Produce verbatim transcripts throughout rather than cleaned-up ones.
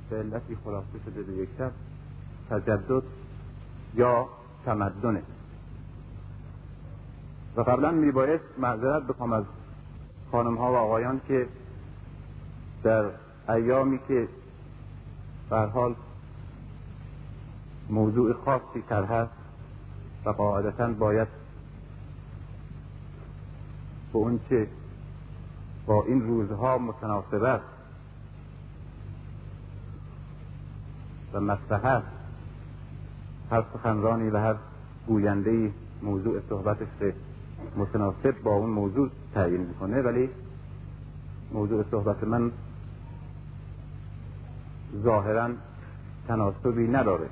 به علتی خلاصه شده به یک شب تجدد یا تمدنه. و قبلا میبایست معذرت بخوام از خانم ها و آقایان که در ایامی که به هر حال موضوع خاصی تر هست و قاعدتاً باید با اون چه با این روزها متناسب است و مصلحت هر سخنرانی و هر گوینده‌ای موضوع صحبتش متناسب با اون موضوع تعیین میکنه، ولی موضوع صحبت من ظاهراً تناسبی نداره،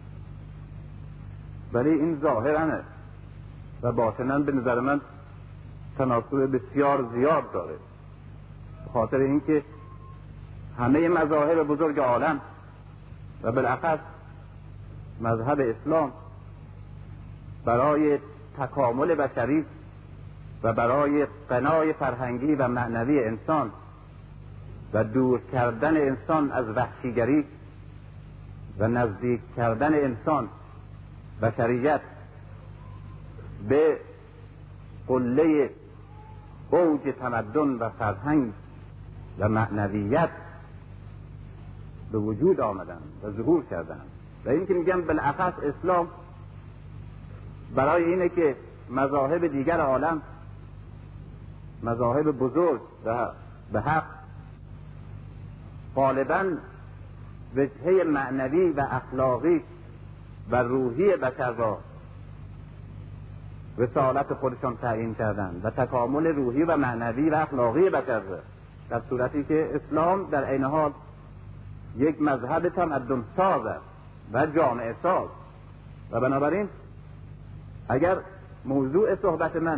ولی این ظاهراً و باطناً به نظر من تناسب بسیار زیاد داره، به خاطر اینکه همه مذاهب بزرگ عالم و بالاخص مذهب اسلام برای تکامل بشری و برای غنای فرهنگی و معنوی انسان و دور کردن انسان از وحشیگری و نزدیک کردن انسان بشریت به قله اوج تمدن و فرهنگ و معنویت به وجود آمدن و ظهور کردن. و این که میگم بالاخص اسلام برای اینه که مذاهب دیگر عالم، مذاهب بزرگ و به حق، غالباً وجهه معنوی و اخلاقی و روحی بشر را رسالت خودشان تعیین کردند و تکامل روحی و معنوی و اخلاقی بشر را، در صورتی که اسلام در عین حال یک مذهب تمدن ساز است و جامعه ساز. و بنابراین اگر موضوع صحبت من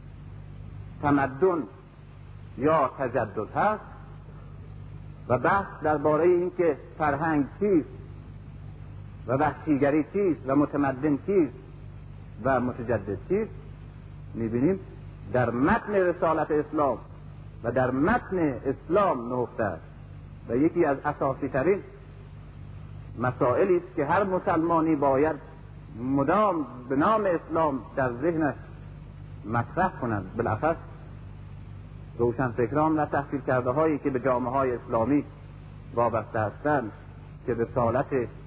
تمدن یا تجدد هست و بحث درباره این که فرهنگ چیست و وحشیگری چیست و متمدن چیست و متجدد چیست، میبینیم در متن رسالت اسلام و در متن اسلام نهفته است و یکی از اساسی ترین مسائلی است که هر مسلمانی باید مدام به نام اسلام در ذهنش مطرح کنند، بالاخص روشنفکران و تحصیل کرده هایی که به جامعه های اسلامی وابسته هستند که رسالت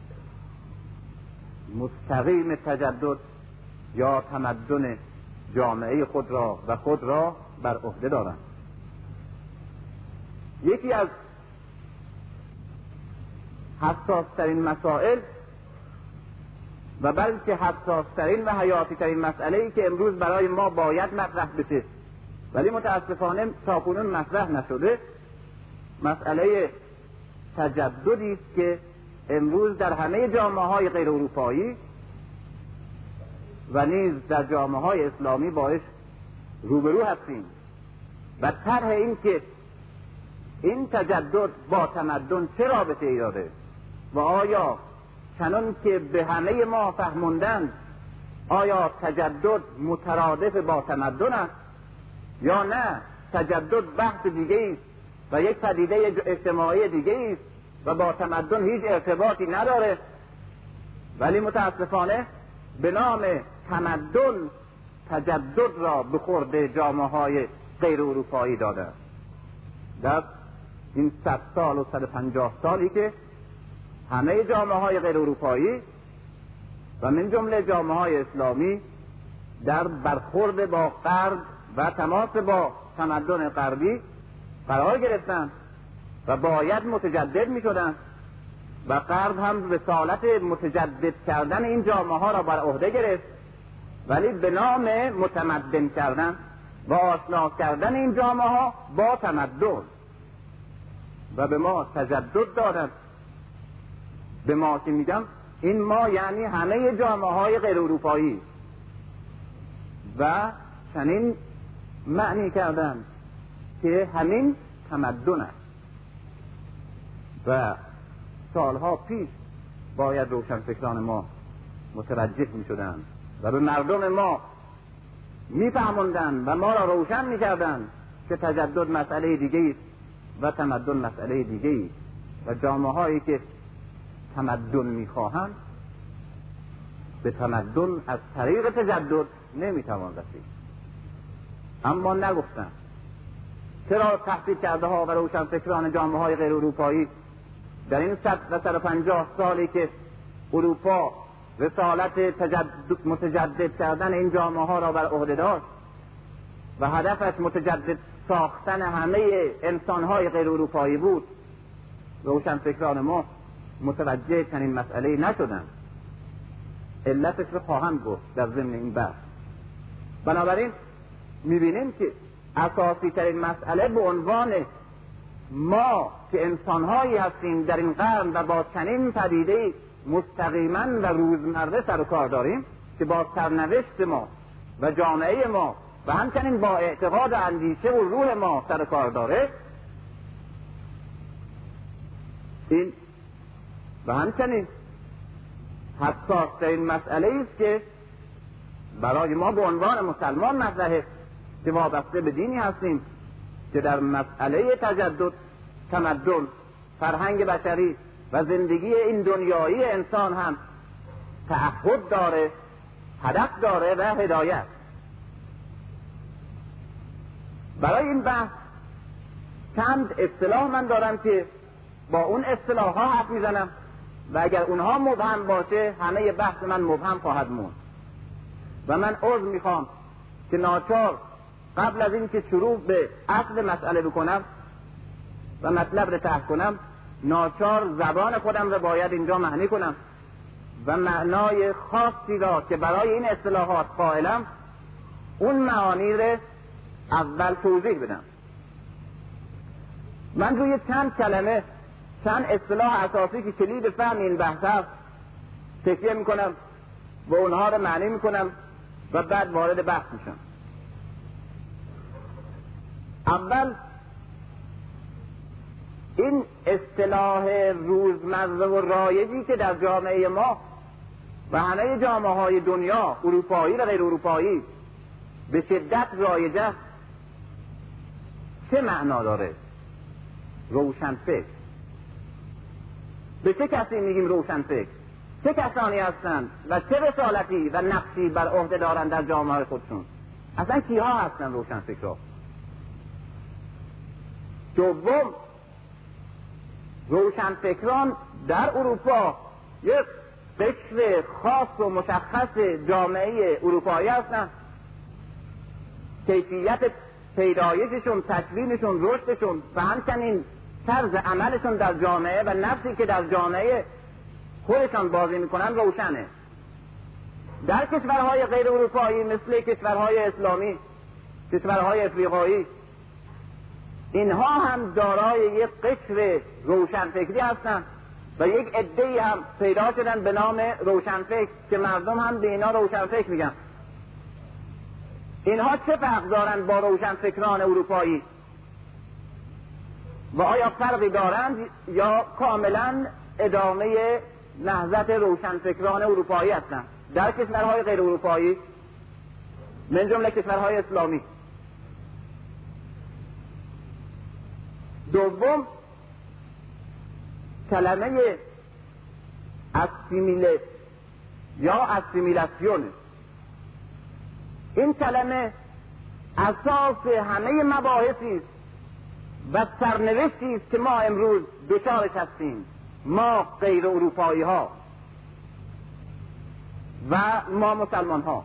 مستقیم تجدد یا تمدن جامعه خود را و خود را بر عهده دارند. یکی از حساس ترین مسائل و بلکه حساس ترین و حیاتی ترین مسئله‌ای که امروز برای ما باید مطرح بشه ولی متاسفانه تاکنون مطرح نشده، مسئله تجددی است که امروز در همه جامعه‌های غیر اروپایی و نیز در جامعه‌های اسلامی باش روبرو هستیم و طرح این که این تجدد با تمدن چه رابطه ای داره و آیا چنان که به همه ما فهموندند آیا تجدد مترادف با تمدن است یا نه تجدد بحث دیگه است و یک پدیده اجتماعی دیگه است و با تمدن هیچ ارتباطی نداره، ولی متاسفانه به نام تمدن تجدد را به خورد جامعه‌های غیر اروپایی داده. در این صد سال و صد و پنجاه سالی که همه جامعه‌های غیر اروپایی و من جمله جامعه‌های اسلامی در برخورد با غرب و تماس با تمدن غربی قرار گرفتند و باید متجدد می‌شدند و غرب هم رسالت متجدد کردن این جامعه‌ها را بر عهده گرفت، ولی به نام متمدن کردن و آشنا کردن این جامعه‌ها با تمدن و به ما تجدد دادند. به ما که میگم این ما یعنی همه جامعه‌های غیر اروپایی و چنین معنی کردن که همین تمدن است و سالها پیش باید روشنفکران ما متوجه می شدند و به مردم ما می فهموندند و ما را روشن می کردند که تجدد مسئله دیگه است و تمدن مسئله دیگه است و جامعه هایی که تمدن میخواهند، به تمدن از طریق تجدد نمیتوان رسید. اما نگفتن. چرا تحقیق کرده ها و روشنفکران جامعه های غیر اروپایی در این صد و صد و پنجاه سالی که اروپا رسالت تجدد متجدد کردن این جامعه ها را بر عهده داشت و هدفش متجدد ساختن همه انسان های غیر اروپایی بود، روشنفکران ما متوجه چنین مسئله نشدند؟ علتش رو خواهم گفت در ضمن این بحث. بنابراین میبینیم که اساسی ترین مسئله به عنوان ما که انسانهایی هستیم در این قرن و با چنین پدیده مستقیما و روزمره سر و کار داریم که با سرنوشت ما و جامعه ما و همچنین با اعتقاد و اندیشه و روح ما سر و کار داره، این و همچنین حساس ترین مسئله است که برای ما به عنوان مسلمان مطرحه که وابسته به دینی هستیم که در مسئله تجدد، تمدن، فرهنگ بشری و زندگی این دنیایی انسان هم تعهد داره، هدف داره و هدایت. برای این بحث چند اصطلاح من دارم که با اون اصطلاح ها حرف میزنم و اگر اونها مبهم باشه همه بحث من مبهم خواهد موند و من عذر میخوام که ناچار قبل از این که شروع به اصل مسئله بکنم و مطلب رو طرح کنم ناچار زبان خودم رو باید اینجا معنی کنم و معنای خاصی را که برای این اصطلاحات قائلم اون معانی رو اول توضیح بدم. من روی چند کلمه، چند اصطلاح اساسی که کلید فهم این بحث هست تکیه میکنم و اونها رو معنی میکنم و بعد وارد بحث میشم. اول این اصطلاح روزمره و رایجی که در جامعه ما و همه جامعه های دنیا اروپایی و غیر اروپایی به شدت رایجه چه معنا داره؟ روشنفکر. به چه کسی میگیم روشنفکر؟ چه کسانی هستند و چه رسالتی و نقشی بر عهده دارند در جامعه خودشون؟ اصلا کیها هستند روشنفکرها؟ دوم، روشنفکران در اروپا یک قشر خاص و مشخص جامعه اروپایی هستند. کیفیت پیدایششون، تکوینشون، رشدشون و همچنین طرز عملشون در جامعه و نفسی که در جامعه خودشان بازی میکنن روشنه. در کشورهای غیر اروپایی مثل کشورهای اسلامی، کشورهای افریقایی، اینها هم دارای یک قشر روشنفکری هستند و یک عده‌ای هم پیدا شدن به نام روشنفکر که مردم هم به اینا روشنفکر میگن. اینها چه فرق دارند با روشنفکران اروپایی و آیا فرقی دارند یا کاملا ادامه نهضت روشنفکران اروپایی هستند در کشورهای غیر اروپایی من جمله کشورهای اسلامی؟ دوم، کلمه اسیمیله یا اسیمیلاسیون. این کلمه اساس همه مباحثی است و سرنوشتی است که ما امروز دچارش هستیم، ما غیر اروپایی ها و ما مسلمان ها.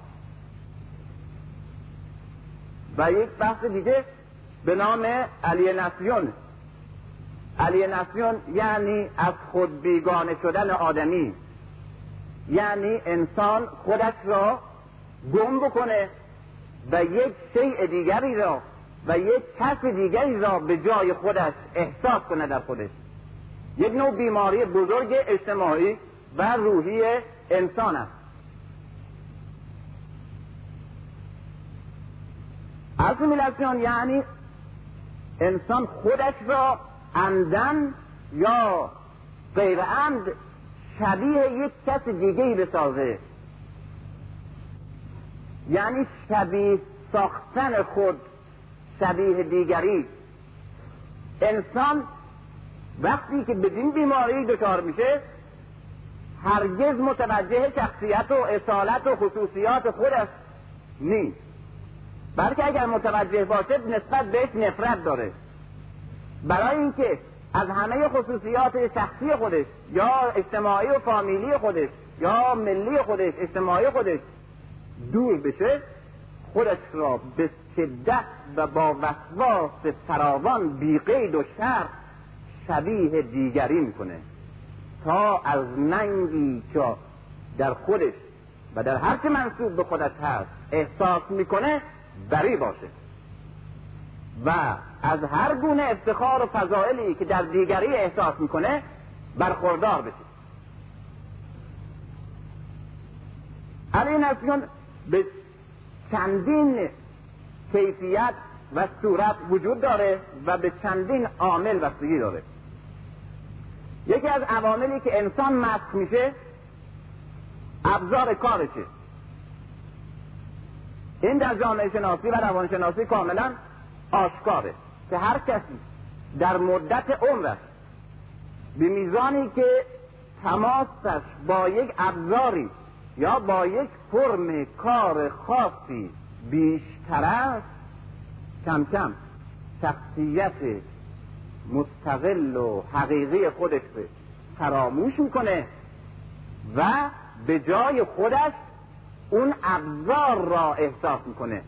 و یک بحث دیگه به نام الیناسیون. الیناسیون یعنی از خود بیگانه شدن آدمی، یعنی انسان خودش را گم بکنه و یک شیء دیگری را و یک کس دیگری را به جای خودش احساس کنه در خودش. یک نوع بیماری بزرگ اجتماعی و روحی انسان است. اسیمیلاسیون یعنی انسان خودش را عمدن یا غیر عمد شبیه یک کس دیگه‌ای بسازه، یعنی شبیه ساختن خود، شبیه دیگری. انسان وقتی که بدین بیماری دچار میشه هرگز متوجه شخصیت و اصالت و خصوصیات خودش نیست، بلکه اگر متوجه باشه نسبت بهش نفرت داره. برای اینکه از همه خصوصیات شخصی خودش یا اجتماعی و فامیلی خودش یا ملی خودش اجتماعی خودش دور بشه، خودش را به شدت و با وسواس فراوان بی قید و شرط شبیه دیگری میکنه تا از ننگی که در خودش و در هر چه منسوب به خودش هست احساس میکنه بری باشه و از هر گونه افتخار و فضائلی که در دیگری احساس میکنه برخوردار بشه. الیناسیون به چندین کیفیت و صورت وجود داره و به چندین عامل بستگی داره. یکی از عواملی که انسان مست میشه ابزار کارشه. این در جامعه شناسی و روانشناسی کاملا آشکاره که هر کسی در مدت عمرش به میزانی که تماسش با یک ابزاری یا با یک فرم کار خاصی بیشتر است، کم کم شخصیت مستقل و حقیقی خودش رو فراموش میکنه و به جای خودش اون ابزار را احساس میکنه.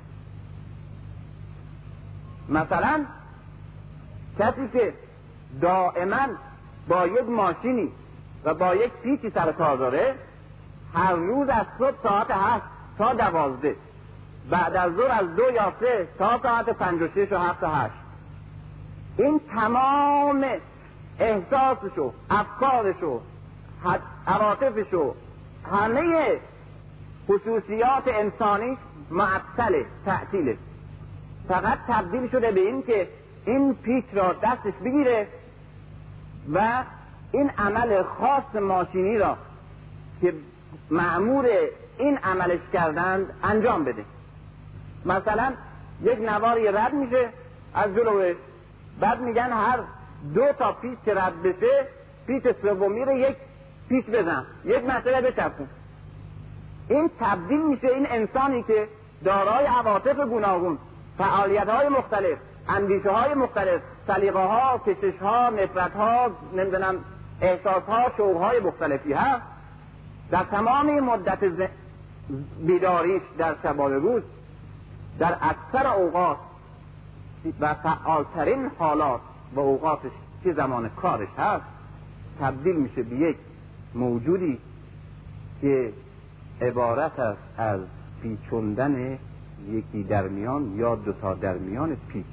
مثلا کسی که دائما با یک ماشینی و با یک پیچی سر کار داره، هر روز از صبح ساعت هشت تا دوازده، بعد از ظهر از دو یا سه تا ساعت پنج و شش و هفت و هشت، این تمام احساسش و افکارش و عواطفش و همه خصوصیات انسانی معطله، تعطیله. فقط تبدیل شده به این که این پیچ را دستش بگیره و این عمل خاص ماشینی را که مأمور این عملش کردند انجام بده. مثلا یک نواری رد میشه از جلوش، بعد میگن هر دو تا پیچ که رد بشه پیچ سومی رو یک پیچ بزن، یک مسئله بچرخون. این تبدیل میشه این انسانی که دارای عواطف گوناگون، فعالیت های مختلف، اندیشه های مختلف، سلیقه ها، کشش ها، نفرت ها، نمیدونم احساس ها، شوق های مختلفی هست، در تمام مدت ز... بیداریش در شبان روز در اکثر اوقات و فعالترین حالات و اوقاتش که زمان کارش هست تبدیل میشه به یک موجودی که عبارت است از پیچوندن یکی در میان یا دوتا در میان پیچ.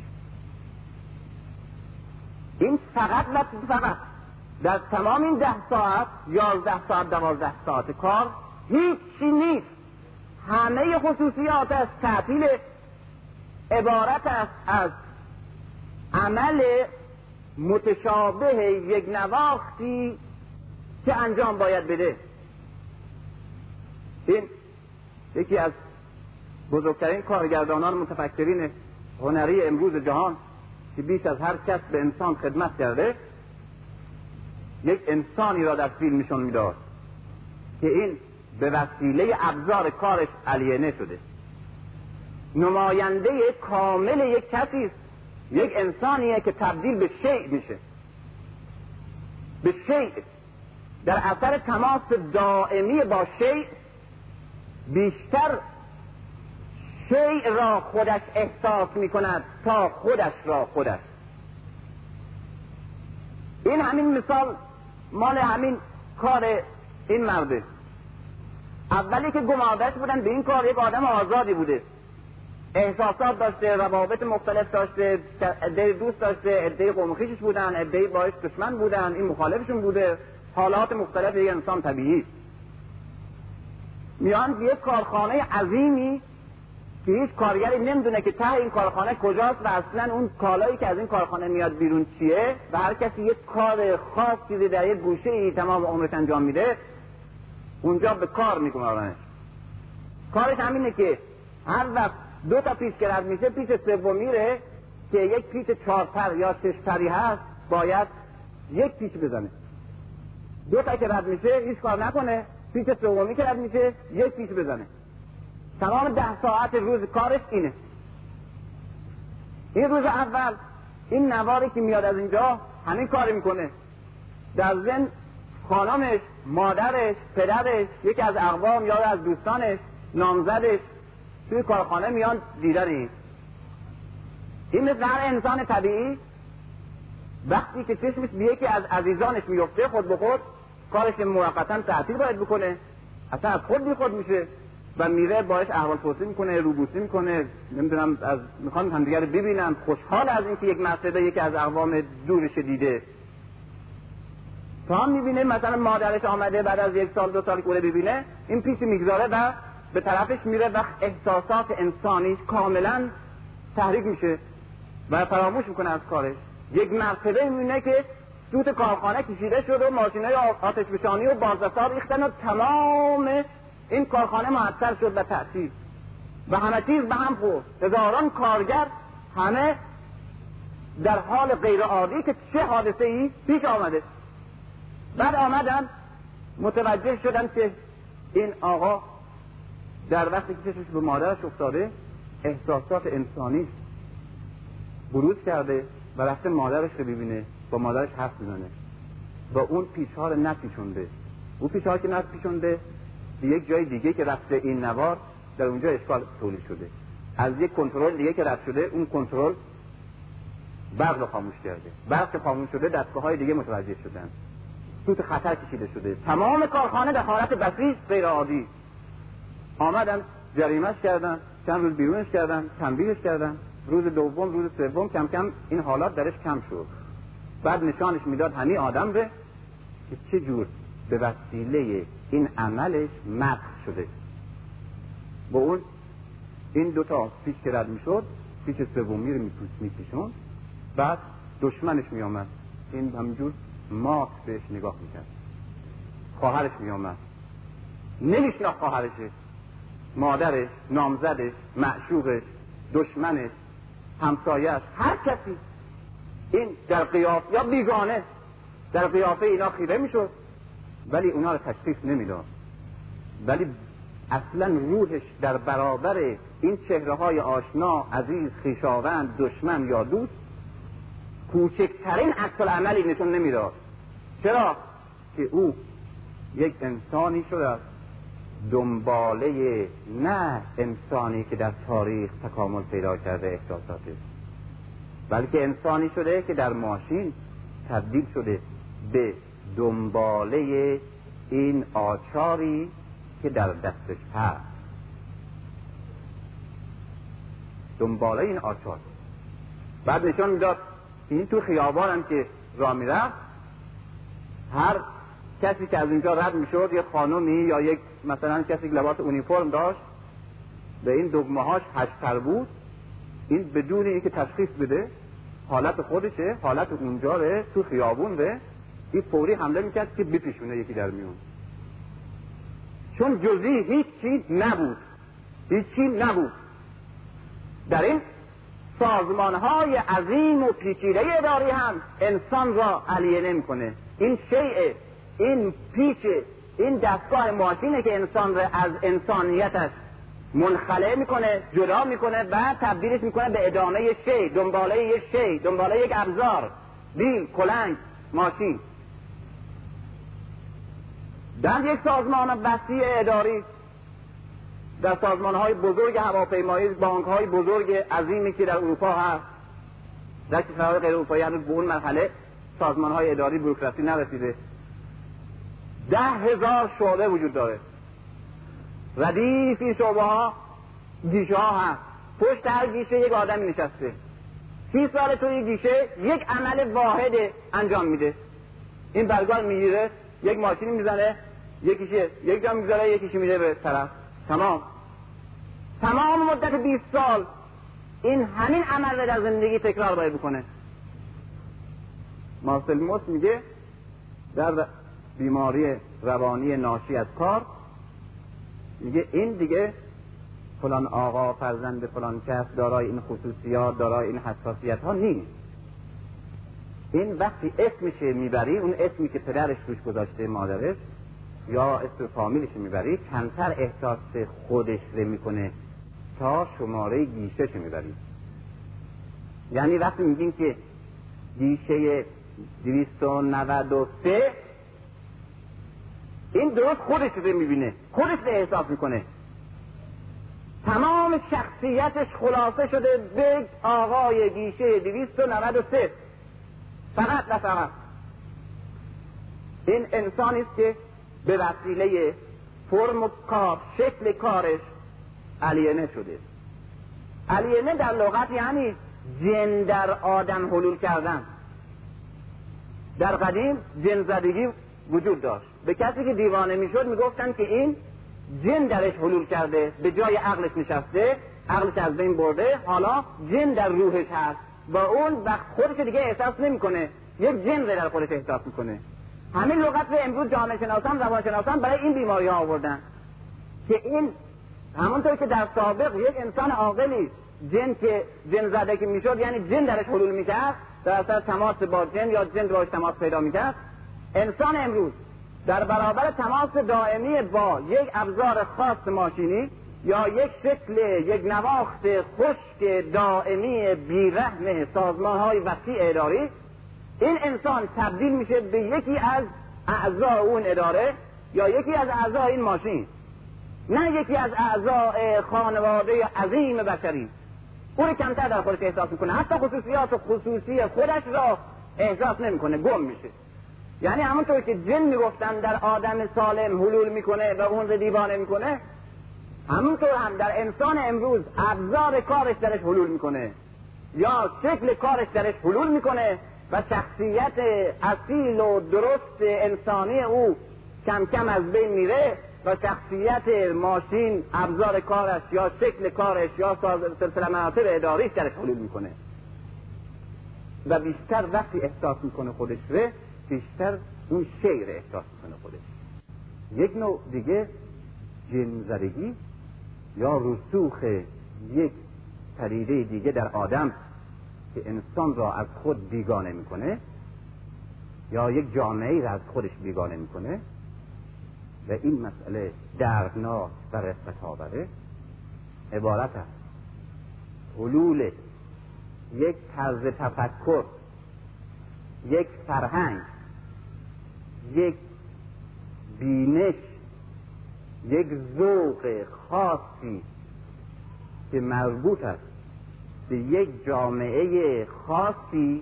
این فقط و فقط در تمام این ده ساعت، یازده ساعت، دوازده ساعت کار هیچی نیست. همه خصوصیات از تعطیل عبارت است از عمل متشابه یک نواختی که انجام باید بده. این یکی از بزرگترین کارگردانان متفکرین هنری امروز جهان که بیش از هر کس به انسان خدمت کرده، یک انسانی را در فیلمشون میداد که این به وسیله ابزار کارش الینه شده. نماینده کامل یک کسی است، یک انسانیه که تبدیل به شیء میشه، به شیء در اثر تماس دائمی با شیء بیشتر شیء را خودش احساس میکند تا خودش را خودش. این همین مثال مال همین کار این مرده. اولی که گماردش بودن به این کار یک آدم آزادی بوده، احساسات داشته، روابط مختلف داشته، عده‌ای دوست داشته، عده‌ای قوم خویشش بودن، عده‌ای باهاش دشمن بودن، این مخالفشون بوده، حالات مختلف یک انسان طبیعی. میان یک کارخانه عظیمی که هیچ کارگری نمیدونه که ته این کارخانه کجاست و اصلا اون کالایی که از این کارخانه میاد بیرون چیه و هر کسی یک کار خاصی در یک گوشه‌ای تمام عمرش انجام میده، اونجا به کار میگمارنش. کارش همینه که هر وقت دو تا پیچ که رد میشه، پیچ سومی میره که یک پیچ چهار پر یا شش پری هست باید یک پیچ بزنه دو تا که رد میشه هیچ کار نکنه، پیچ سومی که رد میشه یک پیچ بزنه. تمام ده ساعت روز کارش اینه. این روز اول این نواری که میاد از اینجا همین کار میکنه. در ضمن خانمش، مادرش، پدرش، یکی از اقوام یا از دوستانش، نامزدش توی کارخانه میان دیدن این. این مثل هر انسان طبیعی وقتی که چشمش به یکی از عزیزانش میفته خود به خود کارش موقتا تعطیل باید بکنه، اصلا از خود بی خود میشه و میره باش احوال پرسی میکنه، روبوسی میکنه، نمیدونم از میخوان همدیگه رو ببینن، خوشحال از اینکه یک مرتبه یکی از اقوام دورش دیده. تا هم میبینه مثلا مادرش آمده بعد از یک سال دو سال که ببینه این پیش میگذاره و به طرفش میره و احساسات انسانی کاملا تحریک میشه و فراموش میکنه از کارش. یک مرتبه میبینه که سوت کارخانه کشیده شد و ماشینای آتش فشانی و بازرسا ریختن و تمام این کارخانه معطل شد و تعطیل و همه چیز به هم خورد. هزاران کارگر همه در حال غیر عادی که چه حادثه ای پیش آمده. بعد آمدن متوجه شدن که این آقا در وقتی که چشمش به مادرش افتاده احساسات انسانی بروز کرده و رفته مادرش رو ببینه، با مادرش حرف میزنه و اون پیچها رو نپیچونده. اون پیچها که نپیچونده به یک جای دیگه که رفته این نوار در اونجا اشکال تولید شده. از یک کنترل دیگه که رفت شده اون کنترل برق رو خاموش کرده. برق که خاموش شده دستگاه‌های دیگه متوجه شدن. سوت خطر کشیده شده. تمام کارخانه در حالت بسیج غیر عادی. آمدن جریمه‌اش کردن، چند روز بیرونش کردن، تنبیهش کردن. روز دوم، روز سوم کم کم این حالات درش کم شد. بعد نشانش میداد همین آدم ره که چه جور به وسیله این عملش مدح شده. با اون این دوتا پیچ که رد میشد پیچ سومی رو میپیشون. بعد دشمنش میامد این همجور مات بهش نگاه میکرد. خواهرش میامد نمیشناخت خواهرشه، مادرش، نامزدش، معشوقش، دشمنش، همسایش، هر کسی این در قیافه یا بیگانه در قیافه اینا خیره میشد ولی اونا رو تشخیص نمیداد. ولی اصلا روحش در برابر این چهره های آشنا، عزیز، خویشاوند، دشمن یا دوست کوچکترین عکس العملی نشون نمیداد. چرا؟ که او یک انسانی شده دنباله نه انسانی که در تاریخ تکامل پیدا کرده احساساتش، بلکه انسانی شده که در ماشین تبدیل شده به دنباله این آچاری که در دستش هست. دنباله این آچار. بعد نشان میداد این تو خیابان هم که راه میرفت هر کسی که از اینجا رد میشد یک خانومی یا یک مثلا کسی که لباس اونیفرم داشت به این دگمه هاش هشتر بود، این بدون اینکه تشخیص بده حالت خودشه، حالت اونجا ره تو خیابون ره، این فوری حمله میکرد که بپیشونه یکی در میون. چون جزئی هیچ چیز نبود، هیچ چیز نبود. در این سازمانهای عظیم و پیچیده اداری هم انسان را علیه نمیکنه. این شیء، این پیچ، این دستگاه ماشینه که انسان را از انسانیتش منخلع میکنه، جدا میکنه و تبدیلش میکنه به ادامه شی، دنباله یک شی، دنباله یک ابزار، بیل، کلنگ، ماشین. در یک سازمان وسیع اداری، در سازمان‌های بزرگ هواپیمایی، بانک‌های بزرگ عظیمی که در اروپا هست، در کشورهای غیر اروپایی هنوز به اون مرحله سازمان‌های اداری بوروکراسی نرسیده. ده هزار شعبه وجود داره. ردیف این شعبه ها گیشه ها هست. پشت هر گیشه یک آدمی نشسته. سی سال توی گیشه یک عمل واحد انجام میده. این برگار میگیره، یک ماشین میزنه، یکیشه یک جا میذاره، یکیشه میده به طرف. تمام. تمام مدت بیست سال این همین عمل رو در زندگی تکرار باید بکنه. مارسل موس میگه در بیماری روانی ناشی از کار، میگه این دیگه فلان آقا فرزند فلان کس دارای این خصوصیات، دارای این حساسیت ها نیست. این وقتی اسمشه میبری، اون اسمی که پدرش روش گذاشته، مادرش یا اسم فامیلش میبری، کمتر احساس خودش رو میکنه تا شماره گیشهش میبری. یعنی وقتی میگیم که گیشه دویست و نود و سه، این درست خودش رو میبینه، خودش رو احساس میکنه، تمام شخصیتش خلاصه شده به آقای گیشه دویست و نود و سه، فقط و فقط. این انسانی است که به وسیله فرم و کار، شکل کارش الینه شده. الینه در لغت یعنی جن در آدم حلول کردن. در قدیم جن زدگی وجود داشت. به کسی که دیوانه میشد میگفتن که این جن درش حلول کرده، به جای عقلش نشسته، عقلش از بین برده، حالا جن در روحش هست و اون وقت خودش دیگه احساس نمیکنه، یک جن در خودش احساس میکنه. همین لغت رو امروز جامعه شناسان، روان شناسان برای این بیماری ها آوردن که این همونطور که در سابق یک انسان عاقلی جن که جن زده که میشد، یعنی جن درش حلول میکرد، در اثر تماس با جن یا جن باش تماس پیدا میکرد، انسان امروز در برابر تماس دائمی با یک ابزار خاص ماشینی یا یک شکل، یک نواخت خشک دائمی بیرحم سازمان‌های وسیع اداری، این انسان تبدیل میشه به یکی از اعضای اون اداره یا یکی از اعضای این ماشین، نه یکی از اعضای خانواده عظیم بشری. اون کمتر در خودش احساس میکنه، حتی خصوصیات و خصوصی خودش را احساس نمیکنه، گم میشه. یعنی همونطور که جن میگفتن در آدم سالم حلول میکنه و اون رو دیوانه میکنه، همونطور هم در انسان امروز ابزار کارش درش حلول میکنه یا شکل کارش درش حلول میکنه و شخصیت اصیل و درست انسانی او کم کم از بین میره و شخصیت ماشین، ابزار کارش یا شکل کارش یا سلسله مراتب اداریش درش حلول میکنه و بیشتر وقتی احساس میکنه خودش ره، بیشتر اون شیر احساس میکنه خودش. یک نوع دیگه جن زدگی یا رسوخ یک پدیده دیگه در آدم که انسان را از خود بیگانه میکنه یا یک جامعه را از خودش بیگانه میکنه و این مسئله دردناک و رفت آوره، عبارت است حلول یک طرز تفکر، یک فرهنگ، یک بینش، یک ذوق خاصی که مربوط است به یک جامعه خاصی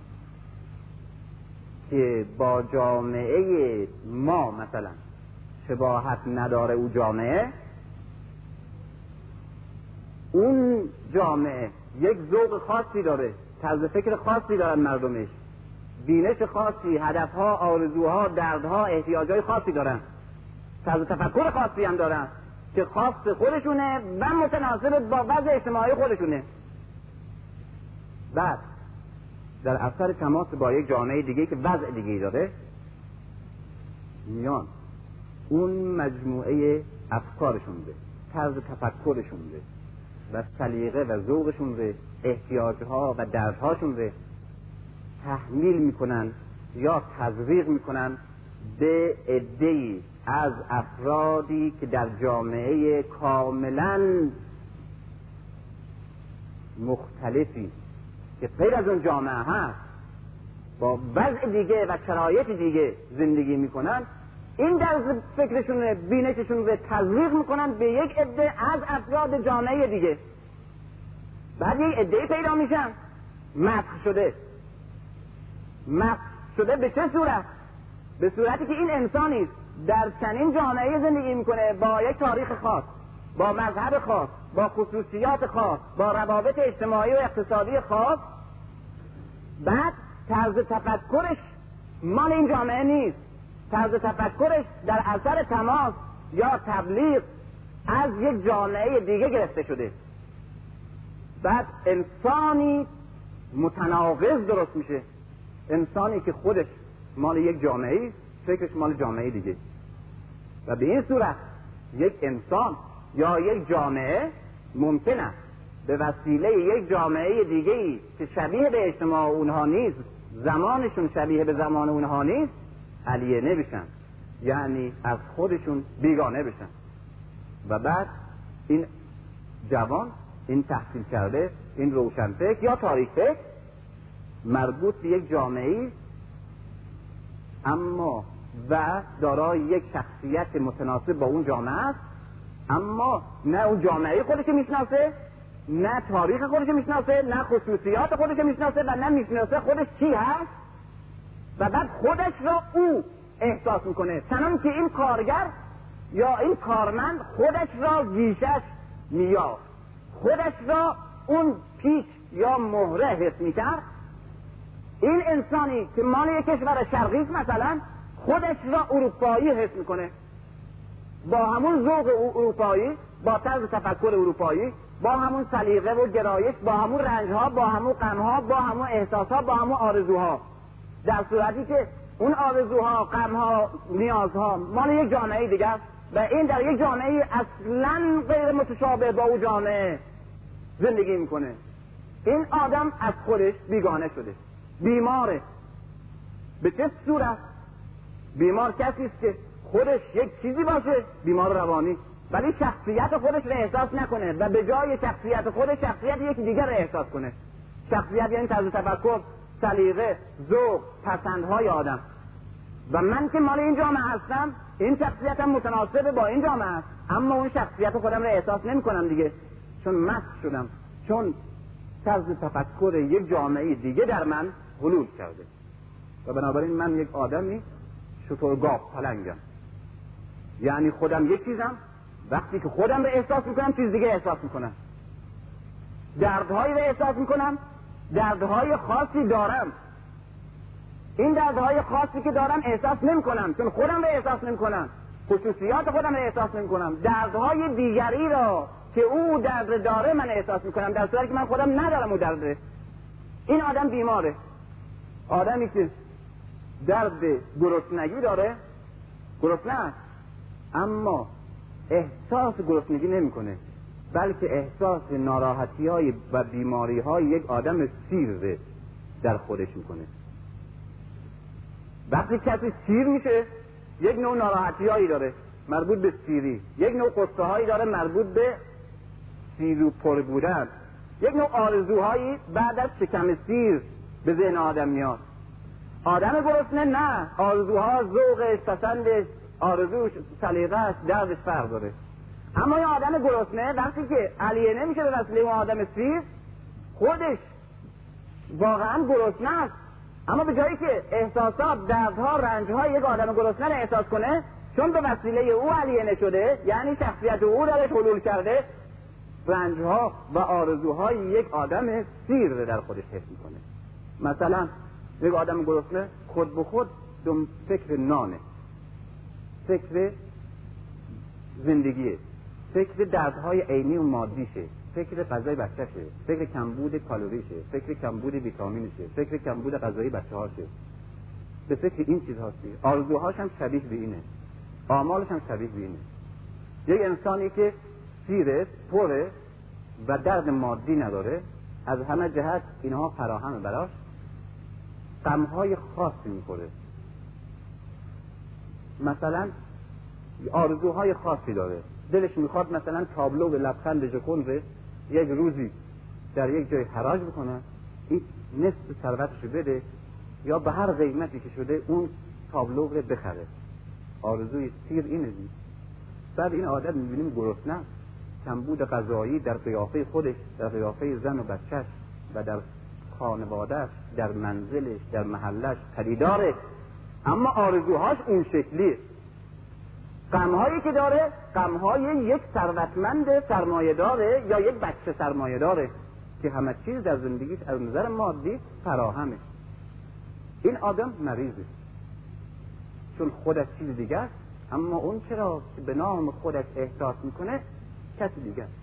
که با جامعه ما مثلا شباهت نداره. او جامعه اون جامعه یک ذوق خاصی داره، طرز فکر خاصی دارن مردمش، بینش خاصی، هدفها، آرزوها، دردها، احتیاجهای خاصی دارن، طرز تفکر خاصی هم دارن که خاص خودشونه و متناسب با وضع اجتماعی خودشونه. بعد در اثر تماس با یک جامعه دیگه که وضع دیگه داره، میان اون مجموعه افکارشون به، طرز تفکرشون به و سلیقه و ذوقشون به، احتیاجها و دردهاشون به تحمیل میکنن یا تزریق میکنن به عده‌ای از افرادی که در جامعه کاملا مختلفی که غیر از اون جامعه هست با وضع دیگه و شرایط دیگه زندگی میکنن. این در فکرشون، بینششون رو تزریق میکنن به یک عده از افراد جامعه دیگه. بعد یک عده پیدا میشن مسخ شده. مسخ شده به چه صورت؟ به صورتی که این انسانی در چنین جامعه زندگی میکنه با یک تاریخ خاص، با مذهب خاص، با خصوصیات خاص، با روابط اجتماعی و اقتصادی خاص. بعد طرز تفکرش مال این جامعه نیست، طرز تفکرش در اثر تماس یا تبلیغ از یک جامعه دیگه گرفته شده. بعد انسانی متناقض درست میشه، انسانی که خودش مال یک جامعه، فکرش مال جامعه دیگه. و به این صورت یک انسان یا یک جامعه ممکنه به وسیله یک جامعه دیگه‌ای که شبیه به اجتماع اونها نیست زمانشون شبیه به زمان اونها نیست علیه بشن، یعنی از خودشون بیگانه بشن. و بعد این جوان، این تحصیل کرده، این روشنفکر یا تاریک فکر مربوط به یک جامعه اما و دارای یک شخصیت متناسب با اون جامعه است، اما نه اون جامعه خودش میشناسه، نه تاریخ خودش میشناسه، نه خصوصیات خودش میشناسه و نه میشناسه خودش چی هست و بعد خودش را او احساس میکنه، چنان که این کارگر یا این کارمند خودش را ویژش میاد، خودش را اون پیچ یا مهره حس میکرد. این انسانی که مال یک کشور شرقی است مثلا خودش را اروپایی حس میکنه، با همون ذوق اروپایی، با طرز تفکر اروپایی، با همون سلیقه و گرایش، با همون رنجها، با همون غمها، با همون احساسها، با همون آرزوها، در صورتی که اون آرزوها، غمها، نیازها مال یک جامعه دیگه است و این در یک جامعه اصلاً غیر متشابه با اون جامعه زندگی میکنه. این آدم از خودش بیگانه شده، بیماره. به چه صورت؟ بیمار کسی است که خودش یک چیزی باشه، بیمار روانی، ولی شخصیت خودش رو احساس نکنه و به جای شخصیت خودش شخصیت یک دیگر رو احساس کنه. شخصیت یعنی طرز تفکر، سلیقه، ذوق، پسندهای آدم. و من که مال این جامعه هستم، این شخصیتم متناسب با این جامعه است، اما اون شخصیت خودم رو احساس نمی کنم دیگه، چون مست شدم، چون طرز تفکر یک جامعه دیگه در من حلول کرده و بنابراین من یک آدمی شطور گاو پلنگم، یعنی خودم یک چیزم، وقتی که خودم رو احساس میکنم چیز دیگه احساس میکنم، دردهایی رو احساس میکنم، دردهای خاصی دارم، این دردهای خاصی که دارم احساس نمیکنم چون خودم رو احساس نمیکنم، خصوصیات خودم رو احساس نمیکنم، دردهای دیگری را که او درد داره من احساس میکنم در صورتی که من خودم ندارم او درد. این آدم بیماره. آدمی که درد گرسنگی داره، گرسنه است اما احساس گرسنگی نمیکنه، بلکه احساس ناراحتی های و بیماری های یک آدم سیر در خودش میکنه. وقتی کسی سیر میشه یک نوع ناراحتی هایی داره مربوط به سیری، یک نوع قصه هایی داره مربوط به سیر و پر بودن، یک نوع آرزوهایی بعد از شکم سیر به ذهن آدم میاد. آدم گرسنه نه، آرزوها، ذوقش، پسندش، آرزوش، سلیقه‌اش، دردش فرق داره. اما یه آدم گرسنه وقتی که علیه نمیشه به وسیله اون آدم سیر، خودش واقعا گرسنه است، اما به جایی که احساسات، دردها، رنجها یک آدم گرسنه رو احساس کنه، چون به وسیله او علیه نشده، یعنی شخصیت او درش حلول کرده، رنجها و آرزوهای یک آدم سیر رو در خودش حس میکنه. مثلا یک آدم گرسنه خود به خود دم فکر نانه، فکر زندگیه، فکر دردهای عینی و مادیشه، فکر غذای بچه‌شه، فکر کمبود کالریشه، فکر کمبود ویتامینشه، فکر کمبود غذای بچه‌هاشه، به فکر این چیزهاست. آرزوهاش هم شبیه به اینه، آمالش هم شبیه به اینه. یک انسانی که سیره، پره و درد مادی نداره، از همه جهت اینها فراهم براش، غم‌های خاصی می‌خوره. مثلا آرزوهای خاصی داره، دلش میخواد مثلا تابلو به لبخند ژکن یک روزی در یک جای حراج بکنه، این نصف ثروتش بده یا به هر قیمتی که شده اون تابلو رو بخره. آرزوی سیر اینه. بعد این آدم میبینیم گرسنه، کمبود غذایی در قیافه خودش، در قیافه زن و بچهش و در خانوادهش، در منزلش، در محلش پدیداره، اما آرزوهاش اون شکلیه. غم‌هایی که داره غم‌های یک ثروتمند سرمایه داره یا یک بچه سرمایه داره که همه چیز در زندگیش از نظر مادی فراهمه. این آدم مریضه، چون خودش چیز دیگه است، اما اون چرا که به نام خودش احساس میکنه کسی دیگه است.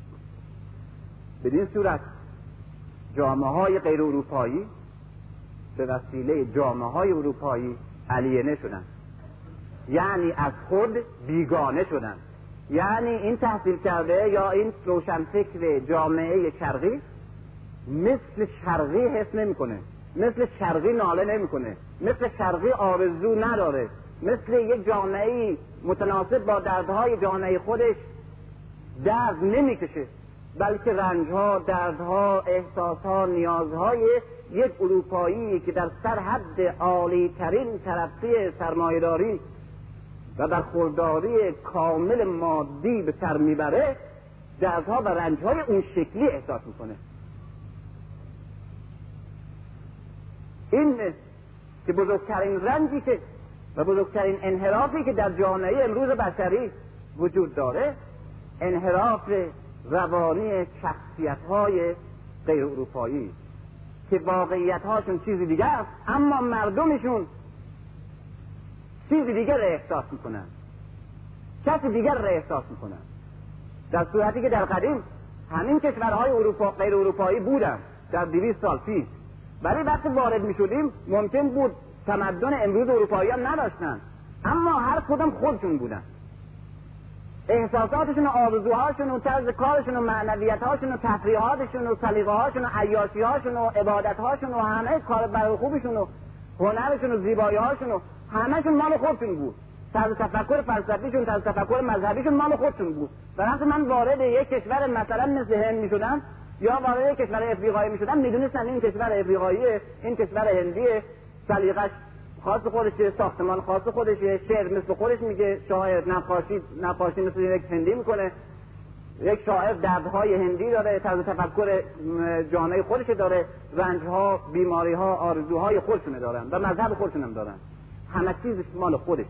بدین صورت جامعه‌های غیر اروپایی به وسیله جامعه‌های اروپایی علیه شدن، یعنی از خود بیگانه شدن. یعنی این تحصیل کرده یا این روشنفکر جامعه شرقی مثل شرقی حس نمی‌کنه، مثل شرقی ناله نمیکنه، مثل شرقی آرزو نداره، مثل یک جامعه متناسب با دردهای جامعه خودش درد نمیکشه، بلکه رنجها، دردها، احساسها، نیازهای یک اروپایی که در سرحد عالی ترین ترقی سرمایه‌داری و برخورداری کامل مادی به سر میبره، دردها و رنجهای اون شکلی احساس میکنه. این که بزرگترین رنجی که و بزرگترین انحرافی که در جامعه امروز بشری وجود داره، انحراف روانی شخصیت‌های غیر اروپایی که واقعیت‌هاشون چیزی دیگه است، اما مردمشون چیزی دیگر را احساس میکنن، کسی دیگر را احساس میکنن، در صورتی که در قدیم همین کشورهای اروپا غیر اروپایی بودن در دویست سال پیش، ولی وقتی وارد میشدیم ممکن بود تمدن امروز اروپایی هم نداشتن، اما هر کدوم خودشون بودن، احساساتشون و آرزوهاشون و طرز کارشون و معنویتهاشون و تفریحاتشون و سلیقه‌هاشون و عیاشی‌هاشون و عبادت‌هاشون و همه کار برای خوبشون و هنرشون و زیبایی‌هاشون و همه‌شون مال خودشون بود. طرز تفکر فلسفیشون، طرز تفکر مذهبیشون مال خودشون بود. و وقتی من وارد یک کشور مثلا مثل هند می‌شدم یا وارد یک کشور افریقایی می‌شدم، می‌دونستم این کشور افریقاییه، این کشور هندیه، سلیقه‌اش خاص خودشه، ساختمان خاص خودشه، شعر مثل خودش میگه، شاعر نقاشی نقاشی مثل یک هندی میکنه، یک شاعر دردهای هندی داره، طرز تفکر جامعه خودش داره، رنجها، بیماریها، آرزوهای خودشونه دارن و مذهب خودشون هم دارن، همه چیزش مال خودشه.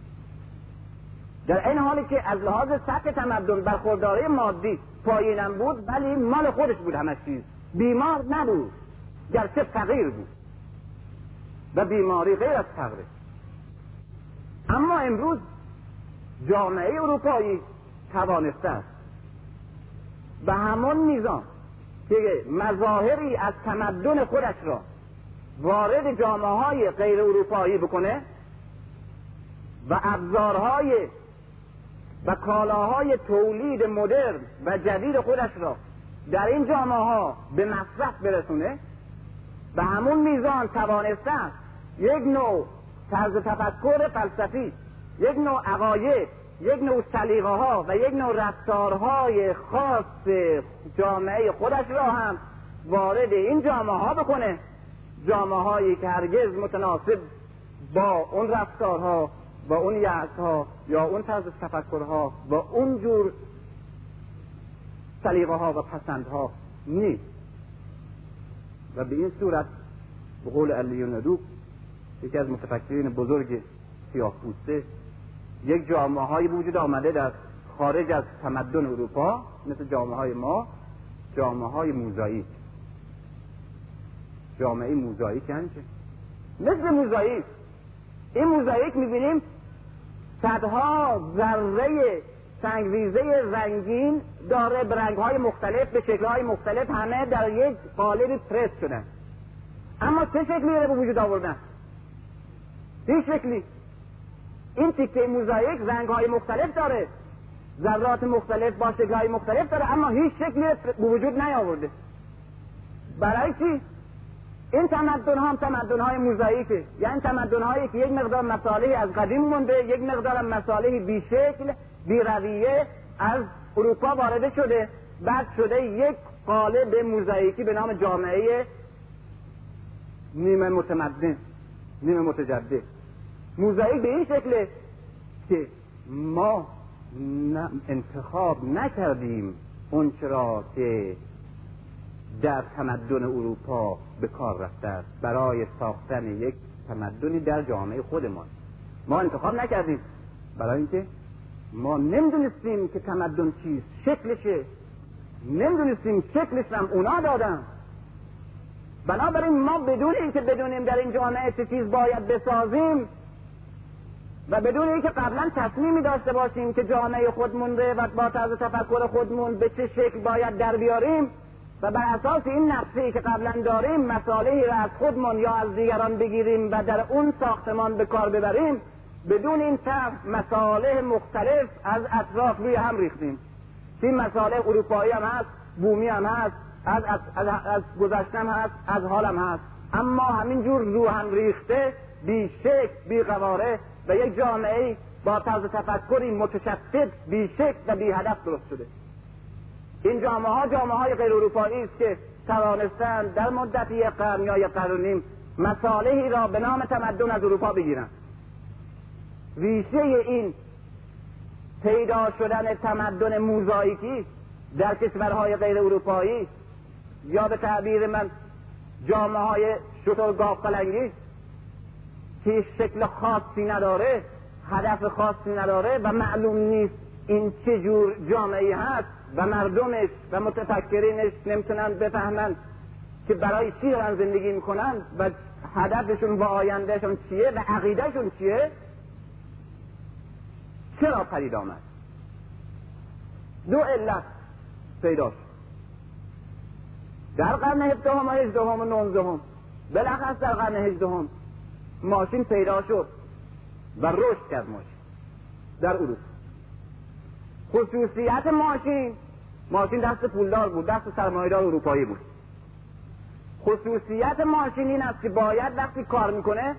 در این حالی که از لحاظ سطح تمدن برخورداری مادی پایینم بود، ولی مال خودش بود، همه چیز بیمار نبود، گرچه فقیر بود و بیماری غیر از فقره. اما امروز جامعه اروپایی توانسته است به همون میزان که مظاهری از تمدن خودش را وارد جامعه‌های غیر اروپایی بکنه و ابزارهای و کالاهای تولید مدرن و جدید خودش را در این جامعه‌ها به مصرف برسونه، به همون میزان توانسته است یک نوع طرز تفکر فلسفی، یک نوع عقاید، یک نوع سلیقه ها و یک نوع رفتارهای خاص جامعه خودش را هم وارد این جامعه ها بکنه، جامعه هایی که هرگز متناسب با اون رفتارها و اون یأس‌ها یا اون طرز تفکرها و اون جور سلیقه ها و پسندها نیست. و به این صورت به قول الیونادو، یکی از متفکرین بزرگ سیاه‌پوسته، یک جامعه های وجود آمده در خارج از تمدن اروپا مثل جامعه های ما، جامعه های موزاییک. جامعه موزاییک یعنی چه؟ مثل موزاییک. این موزاییک میبینیم صدها ذره سنگریزه رنگین داره به رنگ‌های مختلف، به شکل‌های مختلف، همه در یک قالب پرس شدن، اما چه شکلی رو به وجود آوردن؟ هیچ شکلی. این تیکه موزاییک رنگ‌های مختلف داره، ذرات مختلف با شکل‌های مختلف داره، اما هیچ شکلی به وجود نیاورده. برای چی؟ این تمدن ها هم تمدن های موزاییکه، یعنی تمدن هایی که یک مقدار مصالحی از قدیم مونده، یک مقدار مصالحی بی شکل بی رویه از اروپا وارد شده، بعد شده یک قالب موزاییکی به نام جامعه نیمه متمدن، نیمه متجدد. موزاییک به این شکله که ما انتخاب نکردیم اون چرا که در تمدن اروپا به کار رفته است برای ساختن یک تمدنی در جامعه خودمان. ما انتخاب نکردیم، برای اینکه ما نمیدونستیم که تمدن چیست، شکلشه، نمیدونستیم شکلش هم اونا دادن. بنابراین ما بدون اینکه بدونیم در این جامعه چه چیز باید بسازیم و بدون اینکه قبلا تصمیمی داشته باشیم که جامعه خودمون رو و با طرز تفکر خودمون به چه شکل باید در بیاریم و بر اساس این نقشه‌ای که قبلا داریم مصالحی را از خودمون یا از دیگران بگیریم و در اون ساختمان به کار ببریم، بدون این طرح مصالح مختلف از اطراف روی هم ریختیم. این مصالح اروپایی هم هست، بومی هم هست، از, از, از, از گذشتم هست، از حالم هست، اما همینجور روحن ریخته، بی شکل، بی قواره و یک جامعه با طرز تفکری متشتت، بی شکل و بی هدف درست شده. این جامعه ها جامعه های غیر اروپایی است که توانستند در مدت یک قرن یا یک قرن و نیم مصالحی را به نام تمدن از اروپا بگیرند. ریشه این پیدا شدن تمدن موزاییکی در کشورهای غیر اروپایی یا به تعبیر من جامعه های شتر گاو پلنگی که شکل خاصی نداره، هدف خاصی نداره و معلوم نیست این چه جور جامعه‌ای هست و مردمش و متفکرینش نمیتونن بفهمن که برای چی دارن زندگی میکنن و هدفشون و آیندهشون چیه و عقیدهشون چیه. چرا پدید آمد؟ دو علت پیدا شد در قرن هفدهم و هجدهم و نوزدهم. بالاخص در قرن هجدهم ماشین پیدا شد و رشد کرد ماشین در اروپا. خصوصیت ماشین، ماشین دست پولدار بود، دست سرمایه‌دار اروپایی بود. خصوصیت ماشین این است که باید وقتی کار میکنه